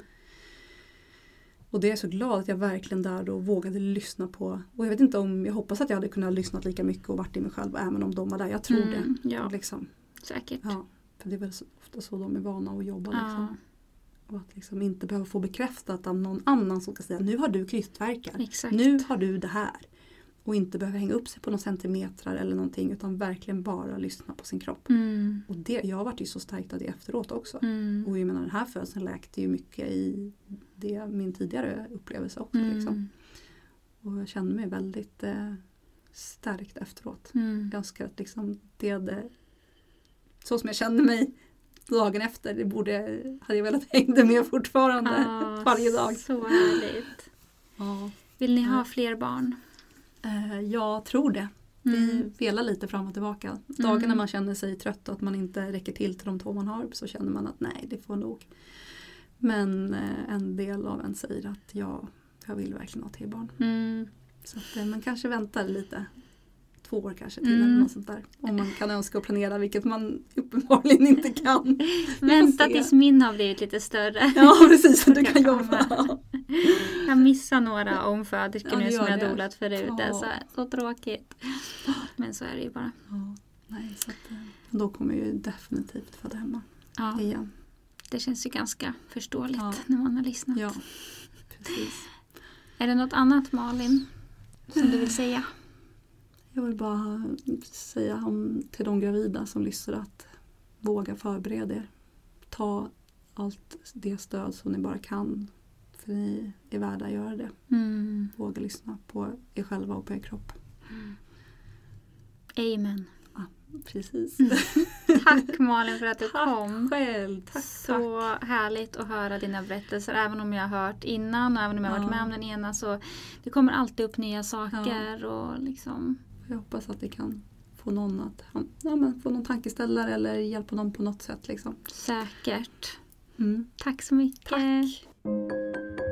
Speaker 2: Och det är jag så glad att jag verkligen där då vågade lyssna på. Och jag vet inte jag hoppas att jag hade kunnat lyssna lika mycket och varit i mig själv även om de var där. Jag tror det.
Speaker 1: Ja,
Speaker 2: liksom.
Speaker 1: säkert.
Speaker 2: Ja, för det är väl så, ofta så de är vana att jobba liksom. Och att liksom inte behöva få bekräftat av någon annan som ska säga, nu har du krystvärkar.
Speaker 1: Exakt.
Speaker 2: Nu har du det här. Och inte behöva hänga upp sig på några centimetrar eller någonting, utan verkligen bara lyssna på sin kropp. Och jag har varit ju så starkt av det efteråt också. Och jag menar, den här födseln läkte ju mycket i min tidigare upplevelse också. Liksom. Och jag kände mig väldigt stärkt efteråt. Jag önskar att liksom, det hade, så som jag kände mig dagen efter, hade jag velat hänga med fortfarande varje dag.
Speaker 1: Så härligt. Vill ni ha fler barn?
Speaker 2: Jag tror det. Vi velar lite fram och tillbaka. Dagen när man känner sig trött och att man inte räcker till de 2 man har, så känner man att nej, det får nog. Men en del av en säger att jag vill verkligen ha till barn. Så att man kanske väntar lite. 2 år kanske till eller något sånt där. Om man kan önska och planera, vilket man uppenbarligen inte kan.
Speaker 1: Vänta tills min har blivit lite större.
Speaker 2: Ja, precis. Du kan jobba.
Speaker 1: Jag missar några omföderskor nu som jag
Speaker 2: det.
Speaker 1: dolat förut. Det är så tråkigt. Men så är det ju bara.
Speaker 2: Nej, så att, då kommer jag ju definitivt föda hemma igen.
Speaker 1: Det känns ju ganska förståeligt när man har lyssnat.
Speaker 2: Ja, precis.
Speaker 1: Är det något annat, Malin, som du vill säga?
Speaker 2: Jag vill bara säga till de gravida som lyssnar att våga förbereda er. Ta allt det stöd som ni bara kan. För ni är värda att göra det. Våga lyssna på er själva och på er kropp.
Speaker 1: Amen.
Speaker 2: Precis.
Speaker 1: Tack Malin för att du kom.
Speaker 2: Själv. Tack.
Speaker 1: Så härligt att höra dina berättelser. Även om jag har hört innan och även om jag har varit med om den ena. Så det kommer alltid upp nya saker. Och liksom.
Speaker 2: Jag hoppas att det kan få någon att få någon tankeställare eller hjälpa någon på något sätt. Liksom.
Speaker 1: Säkert.
Speaker 2: Mm.
Speaker 1: Tack så mycket.
Speaker 2: Tack.